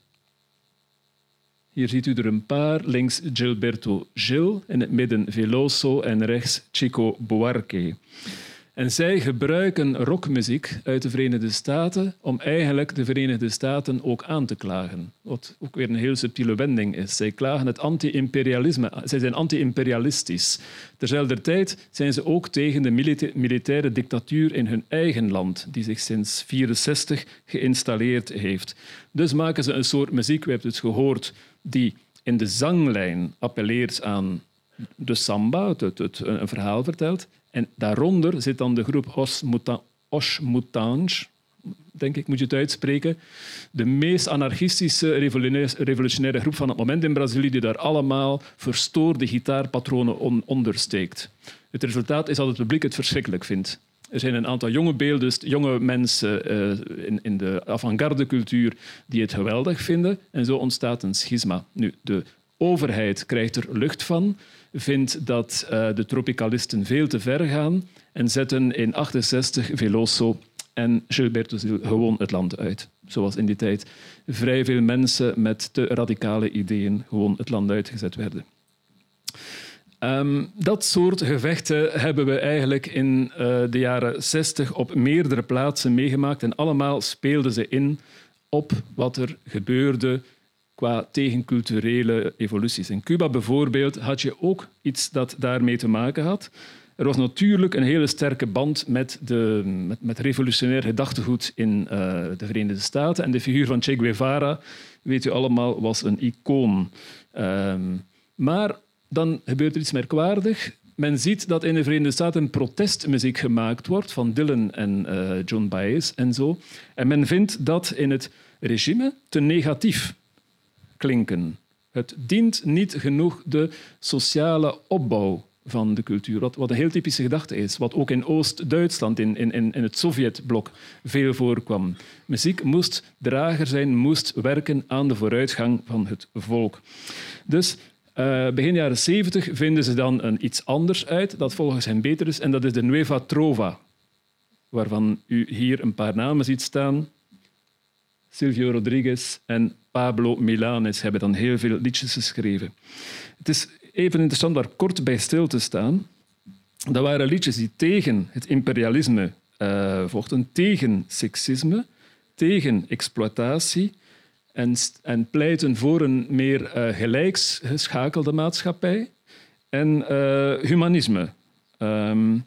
Hier ziet u er een paar. Links Gilberto Gil, in het midden Veloso en rechts Chico Buarque. En zij gebruiken rockmuziek uit de Verenigde Staten om eigenlijk de Verenigde Staten ook aan te klagen. Wat ook weer een heel subtiele wending is. Zij klagen het anti-imperialisme. Zij zijn anti-imperialistisch. Terzelfde tijd zijn ze ook tegen de milita- militaire dictatuur in hun eigen land, die zich sinds negentien vierenzestig geïnstalleerd heeft. Dus maken ze een soort muziek, we hebben het gehoord, die in de zanglijn appelleert aan de samba, het, het, het, een verhaal vertelt. En daaronder zit dan de groep Os, Muta- Os Mutange, denk ik moet je het uitspreken, de meest anarchistische revolutionaire groep van het moment in Brazilië, die daar allemaal verstoorde gitaarpatronen on- ondersteekt. Het resultaat is dat het publiek het verschrikkelijk vindt. Er zijn een aantal jonge beelden, jonge mensen uh, in, in de avant-garde cultuur die het geweldig vinden. En zo ontstaat een schisma. Nu, de overheid krijgt er lucht van, vindt dat uh, de tropicalisten veel te ver gaan en zetten in negentien achtenzestig Veloso en Gilberto Gil gewoon het land uit. Zoals in die tijd vrij veel mensen met te radicale ideeën gewoon het land uitgezet werden. Um, dat soort gevechten hebben we eigenlijk in uh, de jaren zestig op meerdere plaatsen meegemaakt en allemaal speelden ze in op wat er gebeurde qua tegenculturele evoluties. In Cuba bijvoorbeeld had je ook iets dat daarmee te maken had. Er was natuurlijk een hele sterke band met, de, met, met revolutionair gedachtegoed in uh, de Verenigde Staten. En de figuur van Che Guevara, weet u allemaal, was een icoon. Um, maar dan gebeurt er iets merkwaardigs. men ziet dat in de Verenigde Staten protestmuziek gemaakt wordt van Dylan en uh, Joan Baez en zo. En men vindt dat in het regime te negatief klinken. Het dient niet genoeg de sociale opbouw van de cultuur, wat, wat een heel typische gedachte is, wat ook in Oost-Duitsland, in, in, in het Sovjetblok, veel voorkwam. Muziek moest drager zijn, moest werken aan de vooruitgang van het volk. Dus uh, begin jaren zeventig vinden ze dan een iets anders uit, dat volgens hen beter is, en dat is de Nueva Trova, waarvan u hier een paar namen ziet staan. Silvio Rodriguez en Pablo Milanés hebben dan heel veel liedjes geschreven. Het is even interessant daar kort bij stil te staan. Dat waren liedjes die tegen het imperialisme uh, vochten, tegen seksisme, tegen exploitatie en, en pleiten voor een meer uh, gelijksgeschakelde maatschappij en uh, humanisme. Um,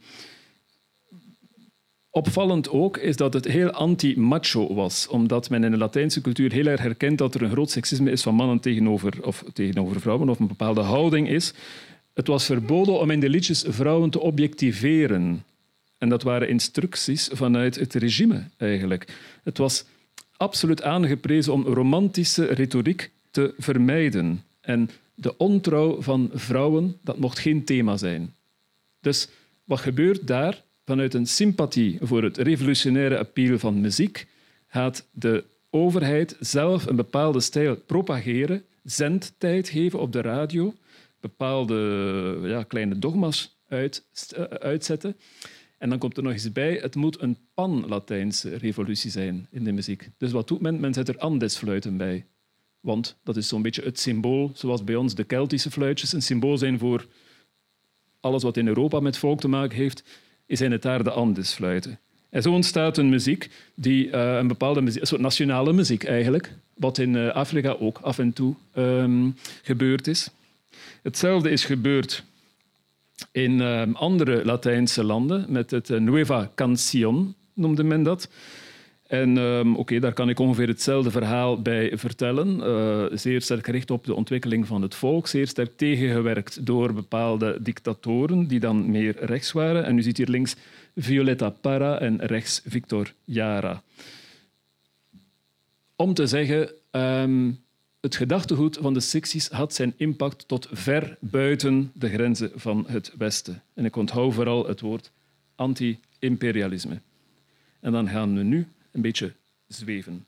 Opvallend ook is dat het heel anti-macho was, omdat men in de Latijnse cultuur heel erg herkent dat er een groot seksisme is van mannen tegenover, of tegenover vrouwen, of een bepaalde houding is. Het was verboden om in de liedjes vrouwen te objectiveren. En dat waren instructies vanuit het regime, eigenlijk. Het was absoluut aangeprezen om romantische retoriek te vermijden. En de ontrouw van vrouwen, dat mocht geen thema zijn. Dus wat gebeurt daar? Vanuit een sympathie voor het revolutionaire appeal van muziek gaat de overheid zelf een bepaalde stijl propageren, zendtijd geven op de radio, bepaalde ja, kleine dogma's uit, uh, uitzetten. En dan komt er nog eens bij, het moet een pan-Latijnse revolutie zijn in de muziek. Dus wat doet men? Men zet er Andesfluiten bij. Want dat is zo'n beetje het symbool, zoals bij ons de Keltische fluitjes een symbool zijn voor alles wat in Europa met volk te maken heeft, zijn het daar de Andesfluiten. En zo ontstaat een muziek, die, uh, een bepaalde muziek, een soort nationale muziek eigenlijk, wat in uh, Afrika ook af en toe um, gebeurd is. Hetzelfde is gebeurd in um, andere Latijnse landen, met het uh, Nueva Canción, noemde men dat. En um, oké, okay, daar kan ik ongeveer hetzelfde verhaal bij vertellen. Uh, zeer sterk gericht op de ontwikkeling van het volk, zeer sterk tegengewerkt door bepaalde dictatoren die dan meer rechts waren. En u ziet hier links Violeta Parra en rechts Victor Jara. Om te zeggen, um, het gedachtegoed van de Sixties had zijn impact tot ver buiten de grenzen van het Westen. En ik onthoud vooral het woord anti-imperialisme. En dan gaan we nu een beetje zweven.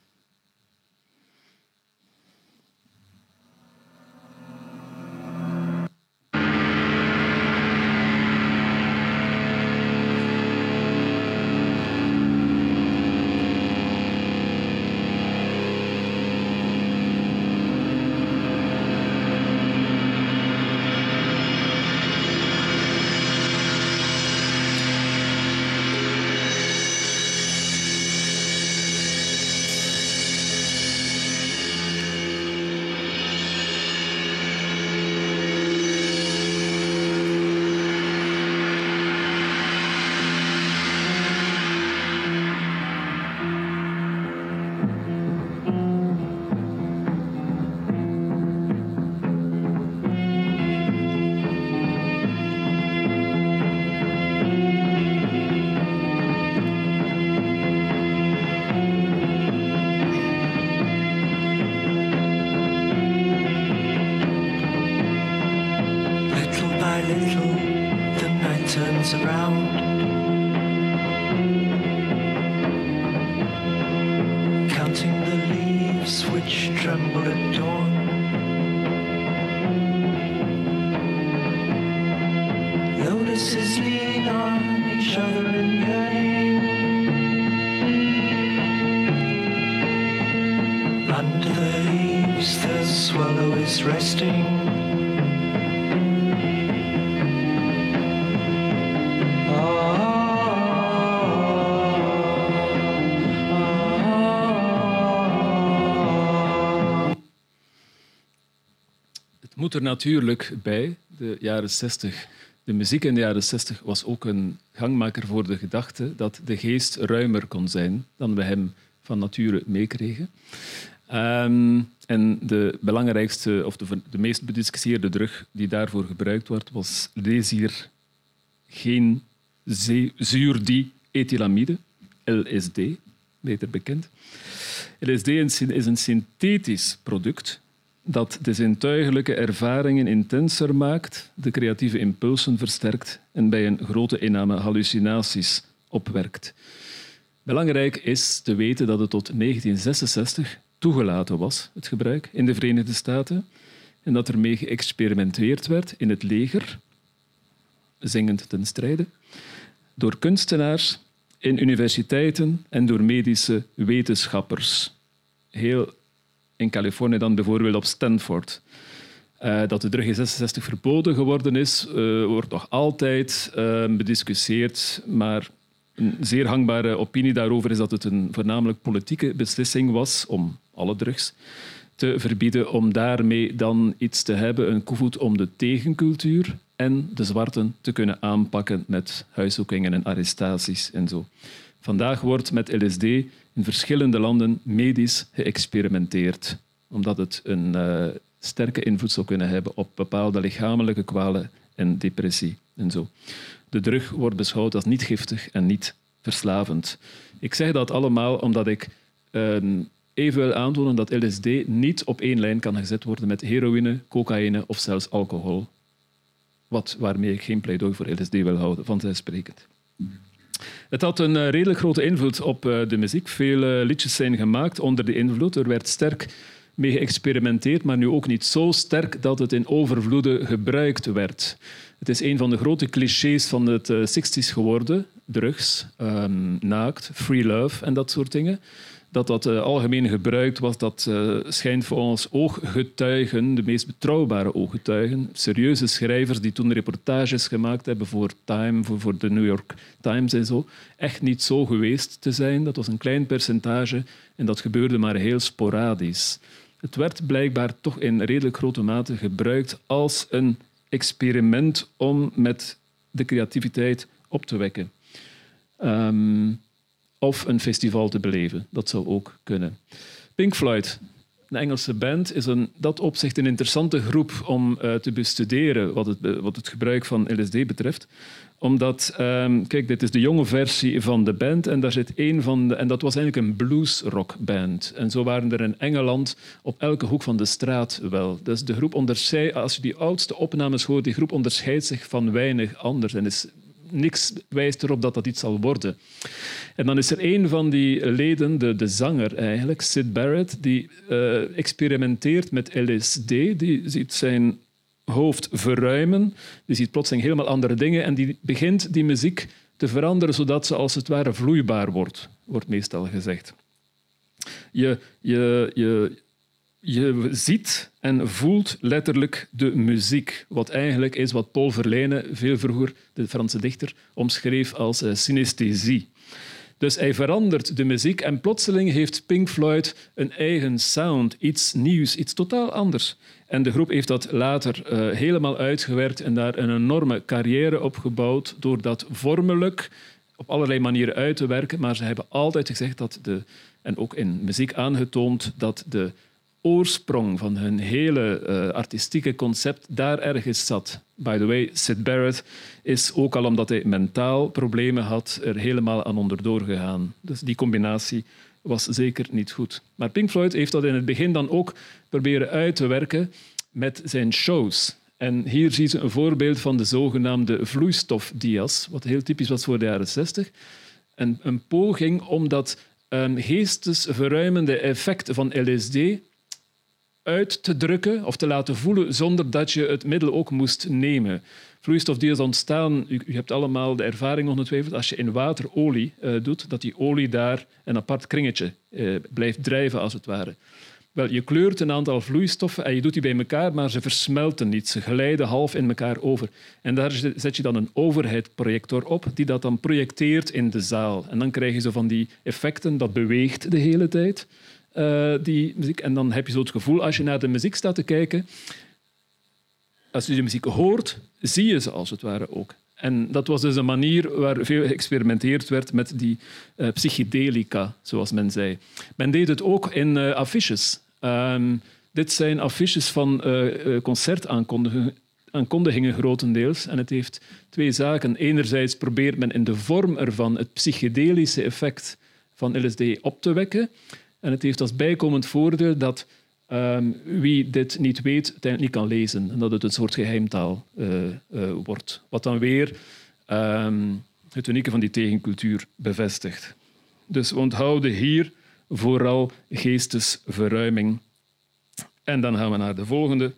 Moet er natuurlijk bij, de jaren zestig. De muziek in de jaren zestig was ook een gangmaker voor de gedachte dat de geest ruimer kon zijn dan we hem van nature meekregen. Um, en de belangrijkste, of de, de meest bediscussieerde drug die daarvoor gebruikt wordt, was Lesir geen zuurdiethylamide, L S D, beter bekend. L S D is een synthetisch product dat de zintuigelijke ervaringen intenser maakt, de creatieve impulsen versterkt en bij een grote inname hallucinaties opwerkt. Belangrijk is te weten dat het tot negentien zesenzestig toegelaten was, het gebruik, in de Verenigde Staten, en dat ermee geëxperimenteerd werd in het leger, zingend ten strijde, door kunstenaars, in universiteiten en door medische wetenschappers. Heel in Californië dan bijvoorbeeld op Stanford. Uh, dat de drug in zesenzestig verboden geworden is, uh, wordt nog altijd uh, bediscussieerd, maar een zeer hangbare opinie daarover is dat het een voornamelijk politieke beslissing was om alle drugs te verbieden, om daarmee dan iets te hebben, een koevoet om de tegencultuur en de zwarten te kunnen aanpakken met huiszoekingen en arrestaties en zo. Vandaag wordt met L S D in verschillende landen medisch geëxperimenteerd, omdat het een uh, sterke invloed zou kunnen hebben op bepaalde lichamelijke kwalen en depressie en zo. De drug wordt beschouwd als niet giftig en niet verslavend. Ik zeg dat allemaal omdat ik uh, even wil aantonen dat L S D niet op één lijn kan gezet worden met heroïne, cocaïne of zelfs alcohol. Wat, waarmee ik geen pleidooi voor L S D wil houden, vanzelfsprekend. Het had een uh, redelijk grote invloed op uh, de muziek. Veel uh, liedjes zijn gemaakt onder de invloed. Er werd sterk mee geëxperimenteerd, maar nu ook niet zo sterk dat het in overvloede gebruikt werd. Het is een van de grote clichés van het uh, zestig's geworden. Drugs, um, naakt, free love en dat soort dingen. Dat dat uh, algemeen gebruikt was, dat uh, schijnt volgens ooggetuigen, de meest betrouwbare ooggetuigen, serieuze schrijvers die toen reportages gemaakt hebben voor Time, voor, voor de New York Times en zo, echt niet zo geweest te zijn. Dat was een klein percentage en dat gebeurde maar heel sporadisch. Het werd blijkbaar toch in redelijk grote mate gebruikt als een experiment om met de creativiteit op te wekken. Um, Of een festival te beleven. Dat zou ook kunnen. Pink Floyd, een Engelse band, is in dat opzicht een interessante groep om uh, te bestuderen wat het, wat het gebruik van L S D betreft. Omdat, um, kijk, dit is de jonge versie van de band en daar zit één van de, en dat was eigenlijk een bluesrockband. En zo waren er in Engeland op elke hoek van de straat wel. Dus de groep onderscheidt, als je die oudste opnames hoort, die groep onderscheidt zich van weinig anders en is niks wijst erop dat dat iets zal worden. En dan is er een van die leden, de, de zanger eigenlijk, Syd Barrett, die uh, experimenteert met L S D. Die ziet zijn hoofd verruimen, die ziet plotseling helemaal andere dingen en die begint die muziek te veranderen zodat ze als het ware vloeibaar wordt, wordt meestal gezegd. Je... je, je Je ziet en voelt letterlijk de muziek. Wat eigenlijk is wat Paul Verlaine, veel vroeger de Franse dichter, omschreef als uh, synesthesie. Dus hij verandert de muziek en plotseling heeft Pink Floyd een eigen sound, iets nieuws, iets totaal anders. En de groep heeft dat later uh, helemaal uitgewerkt en daar een enorme carrière op gebouwd door dat vormelijk op allerlei manieren uit te werken. Maar ze hebben altijd gezegd dat de, en ook in muziek aangetoond, dat de oorsprong van hun hele uh, artistieke concept daar ergens zat. By the way, Syd Barrett is ook al omdat hij mentaal problemen had, er helemaal aan onderdoor gegaan. Dus die combinatie was zeker niet goed. Maar Pink Floyd heeft dat in het begin dan ook proberen uit te werken met zijn shows. En hier zie je een voorbeeld van de zogenaamde vloeistofdia's, wat heel typisch was voor de jaren zestig. En een poging om dat um, geestesverruimende effect van L S D uit te drukken of te laten voelen zonder dat je het middel ook moest nemen. Vloeistofdia's ontstaan, u, u hebt allemaal de ervaring ongetwijfeld, als je in water olie uh, doet, dat die olie daar een apart kringetje uh, blijft drijven, als het ware. Wel, je kleurt een aantal vloeistoffen en je doet die bij elkaar, maar ze versmelten niet. Ze glijden half in elkaar over. En daar zet je dan een overheidprojector op, die dat dan projecteert in de zaal. En dan krijg je zo van die effecten, dat beweegt de hele tijd. Uh, die muziek. En dan heb je zo het gevoel, als je naar de muziek staat te kijken, als je de muziek hoort, zie je ze als het ware ook. En dat was dus een manier waar veel geëxperimenteerd werd met die uh, psychedelica, zoals men zei. Men deed het ook in uh, affiches. Um, dit zijn affiches van uh, concertaankondigingen aankondigingen grotendeels. En het heeft twee zaken. Enerzijds probeert men in de vorm ervan het psychedelische effect van L S D op te wekken. En het heeft als bijkomend voordeel dat um, wie dit niet weet, uiteindelijk niet kan lezen. En dat het een soort geheimtaal uh, uh, wordt. Wat dan weer um, het unieke van die tegencultuur bevestigt. Dus we onthouden hier vooral geestesverruiming. En dan gaan we naar de volgende.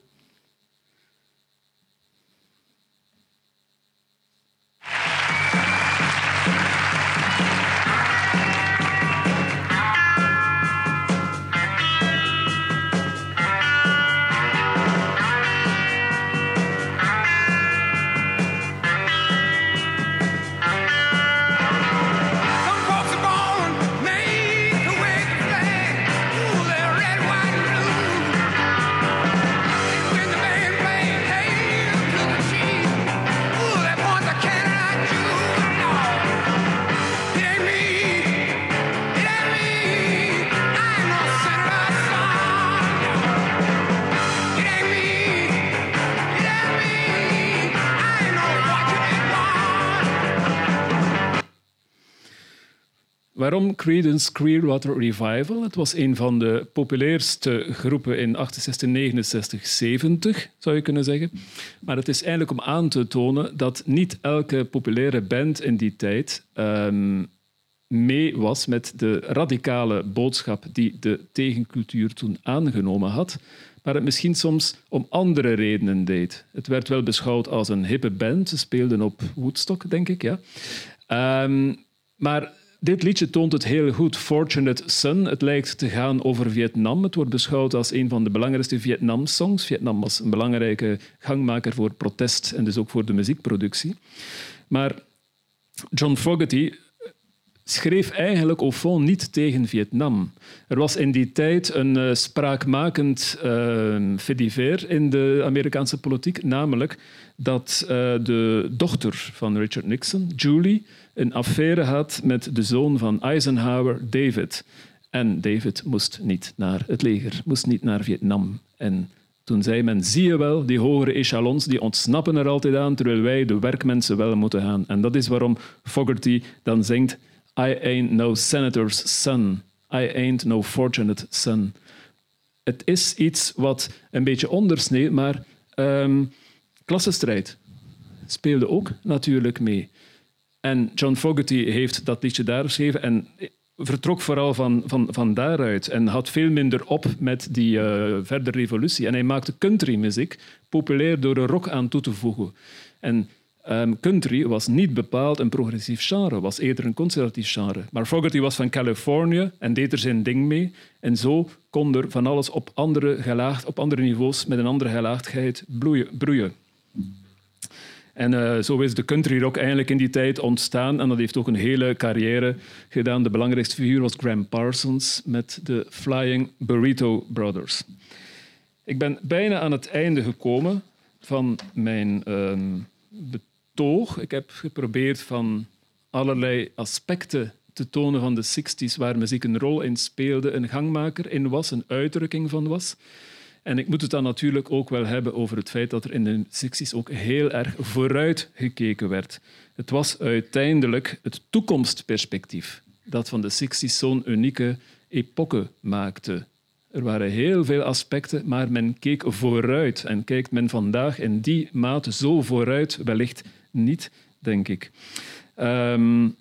Waarom Creedence Clearwater Revival? Het was een van de populairste groepen in achtenzestig, negenenzestig, zeventig, zou je kunnen zeggen. Maar het is eigenlijk om aan te tonen dat niet elke populaire band in die tijd um, mee was met de radicale boodschap die de tegencultuur toen aangenomen had, maar het misschien soms om andere redenen deed. Het werd wel beschouwd als een hippe band. Ze speelden op Woodstock, denk ik. Ja. Um, maar dit liedje toont het heel goed. Fortunate Son. Het lijkt te gaan over Vietnam. Het wordt beschouwd als een van de belangrijkste Vietnam-songs. Vietnam was een belangrijke gangmaker voor protest en dus ook voor de muziekproductie. Maar John Fogerty schreef eigenlijk au fond niet tegen Vietnam. Er was in die tijd een uh, spraakmakend uh, fait divers in de Amerikaanse politiek, namelijk dat uh, de dochter van Richard Nixon, Julie, een affaire had met de zoon van Eisenhower, David. En David moest niet naar het leger, moest niet naar Vietnam. En toen zei men, zie je wel, die hogere echelons die ontsnappen er altijd aan, terwijl wij, de werkmensen, wel moeten gaan. En dat is waarom Fogerty dan zingt, I ain't no senator's son. I ain't no fortunate son. Het is iets wat een beetje ondersneeuwt, maar um, klassenstrijd speelde ook natuurlijk mee. En John Fogerty heeft dat liedje daar geschreven en vertrok vooral van, van, van daaruit en had veel minder op met die uh, verdere revolutie. En hij maakte countrymuziek populair door er rock aan toe te voegen. En um, country was niet bepaald een progressief genre, was eerder een conservatief genre. Maar Fogerty was van Californië en deed er zijn ding mee. En zo kon er van alles op andere, gelaagd, op andere niveaus met een andere gelaagdheid bloeien, broeien. En uh, zo is de country rock eigenlijk in die tijd ontstaan. En dat heeft ook een hele carrière gedaan. De belangrijkste figuur was Graham Parsons met de Flying Burrito Brothers. Ik ben bijna aan het einde gekomen van mijn uh, betoog. Ik heb geprobeerd van allerlei aspecten te tonen van de zestig's waar muziek een rol in speelde, een gangmaker in was, een uitdrukking van was. En ik moet het dan natuurlijk ook wel hebben over het feit dat er in de zestig's ook heel erg vooruit gekeken werd. Het was uiteindelijk het toekomstperspectief dat van de zestig's zo'n unieke epoche maakte. Er waren heel veel aspecten, maar men keek vooruit. En kijkt men vandaag in die mate zo vooruit? Wellicht niet, denk ik. Um,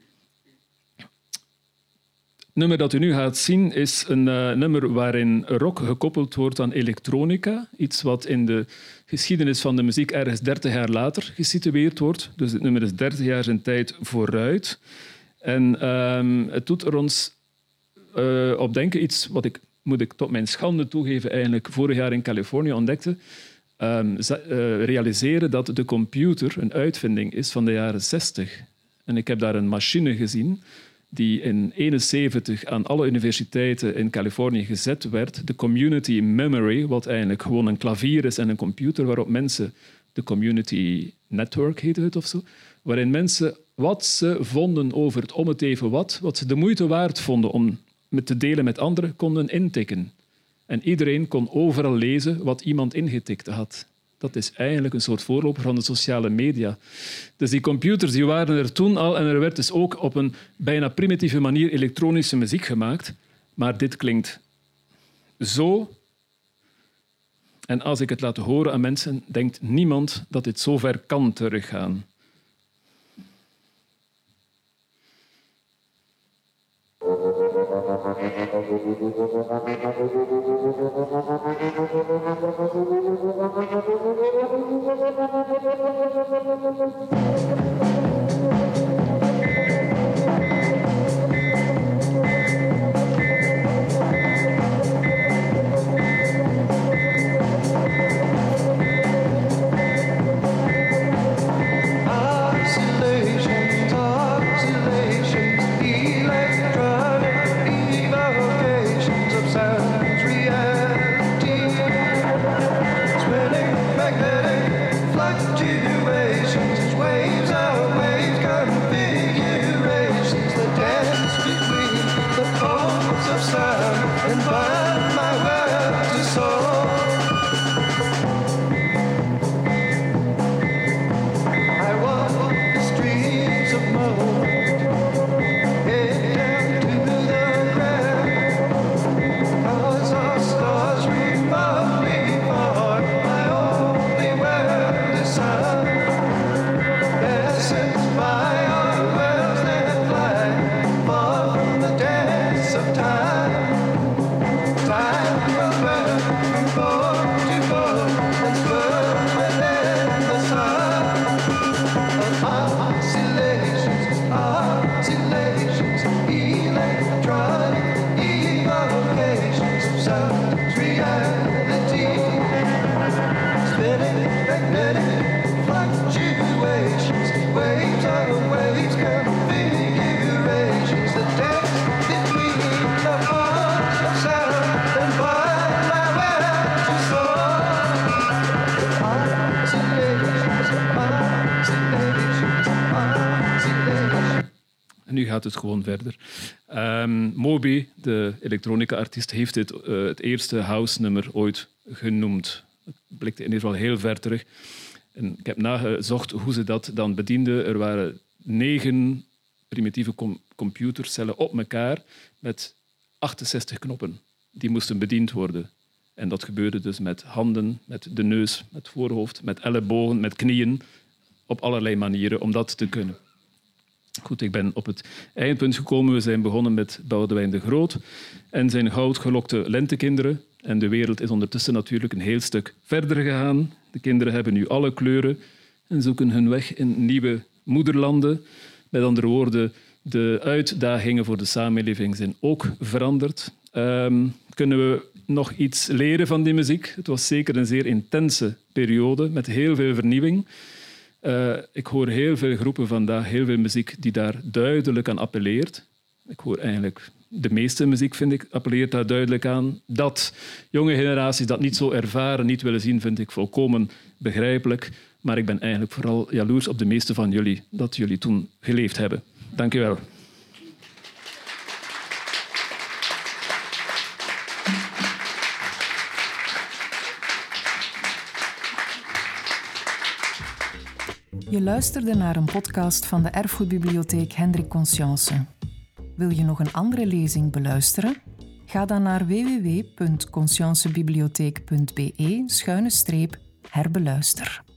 Het nummer dat u nu gaat zien is een uh, nummer waarin rock gekoppeld wordt aan elektronica. Iets wat in de geschiedenis van de muziek ergens dertig jaar later gesitueerd wordt. Dus het nummer is dertig jaar zijn tijd vooruit. En um, het doet er ons uh, op denken, iets wat ik, moet ik tot mijn schande toegeven, eigenlijk vorig jaar in Californië ontdekte. Um, uh, realiseren dat de computer een uitvinding is van de jaren zestig. En ik heb daar een machine gezien die in eenenzeventig aan alle universiteiten in Californië gezet werd. De Community Memory, wat eigenlijk gewoon een klavier is en een computer waarop mensen de community network heette het of zo, waarin mensen wat ze vonden over het om het even wat, wat ze de moeite waard vonden om met te delen met anderen, konden intikken. En iedereen kon overal lezen wat iemand ingetikt had. Dat is eigenlijk een soort voorloper van de sociale media. Dus die computers die waren er toen al en er werd dus ook op een bijna primitieve manier elektronische muziek gemaakt. Maar dit klinkt zo. En als ik het laat horen aan mensen, denkt niemand dat dit zo ver kan teruggaan. En nu gaat het gewoon verder. Um, Moby, de elektronica-artiest, heeft dit uh, het eerste house-nummer ooit genoemd. Het blikte in ieder geval heel ver terug. En ik heb nagezocht hoe ze dat dan bedienden. Er waren negen primitieve com- computercellen op elkaar met achtenzestig knoppen. Die moesten bediend worden. En dat gebeurde dus met handen, met de neus, met voorhoofd, met ellebogen, met knieën. Op allerlei manieren om dat te kunnen. Goed, ik ben op het eindpunt gekomen. We zijn begonnen met Boudewijn de Groot en zijn goudgelokte lentekinderen. En de wereld is ondertussen natuurlijk een heel stuk verder gegaan. De kinderen hebben nu alle kleuren en zoeken hun weg in nieuwe moederlanden. Met andere woorden, de uitdagingen voor de samenleving zijn ook veranderd. Um, kunnen we nog iets leren van die muziek? Het was zeker een zeer intense periode met heel veel vernieuwing. Uh, ik hoor heel veel groepen vandaag, heel veel muziek die daar duidelijk aan appelleert. Ik hoor eigenlijk de meeste muziek, vind ik, appelleert daar duidelijk aan. Dat jonge generaties dat niet zo ervaren, niet willen zien, vind ik volkomen begrijpelijk. Maar ik ben eigenlijk vooral jaloers op de meeste van jullie dat jullie toen geleefd hebben. Dank u wel. Je luisterde naar een podcast van de Erfgoedbibliotheek Hendrik Conscience. Wil je nog een andere lezing beluisteren? Ga dan naar w w w punt consciencebibliotheek punt b e schuine streep herbeluister.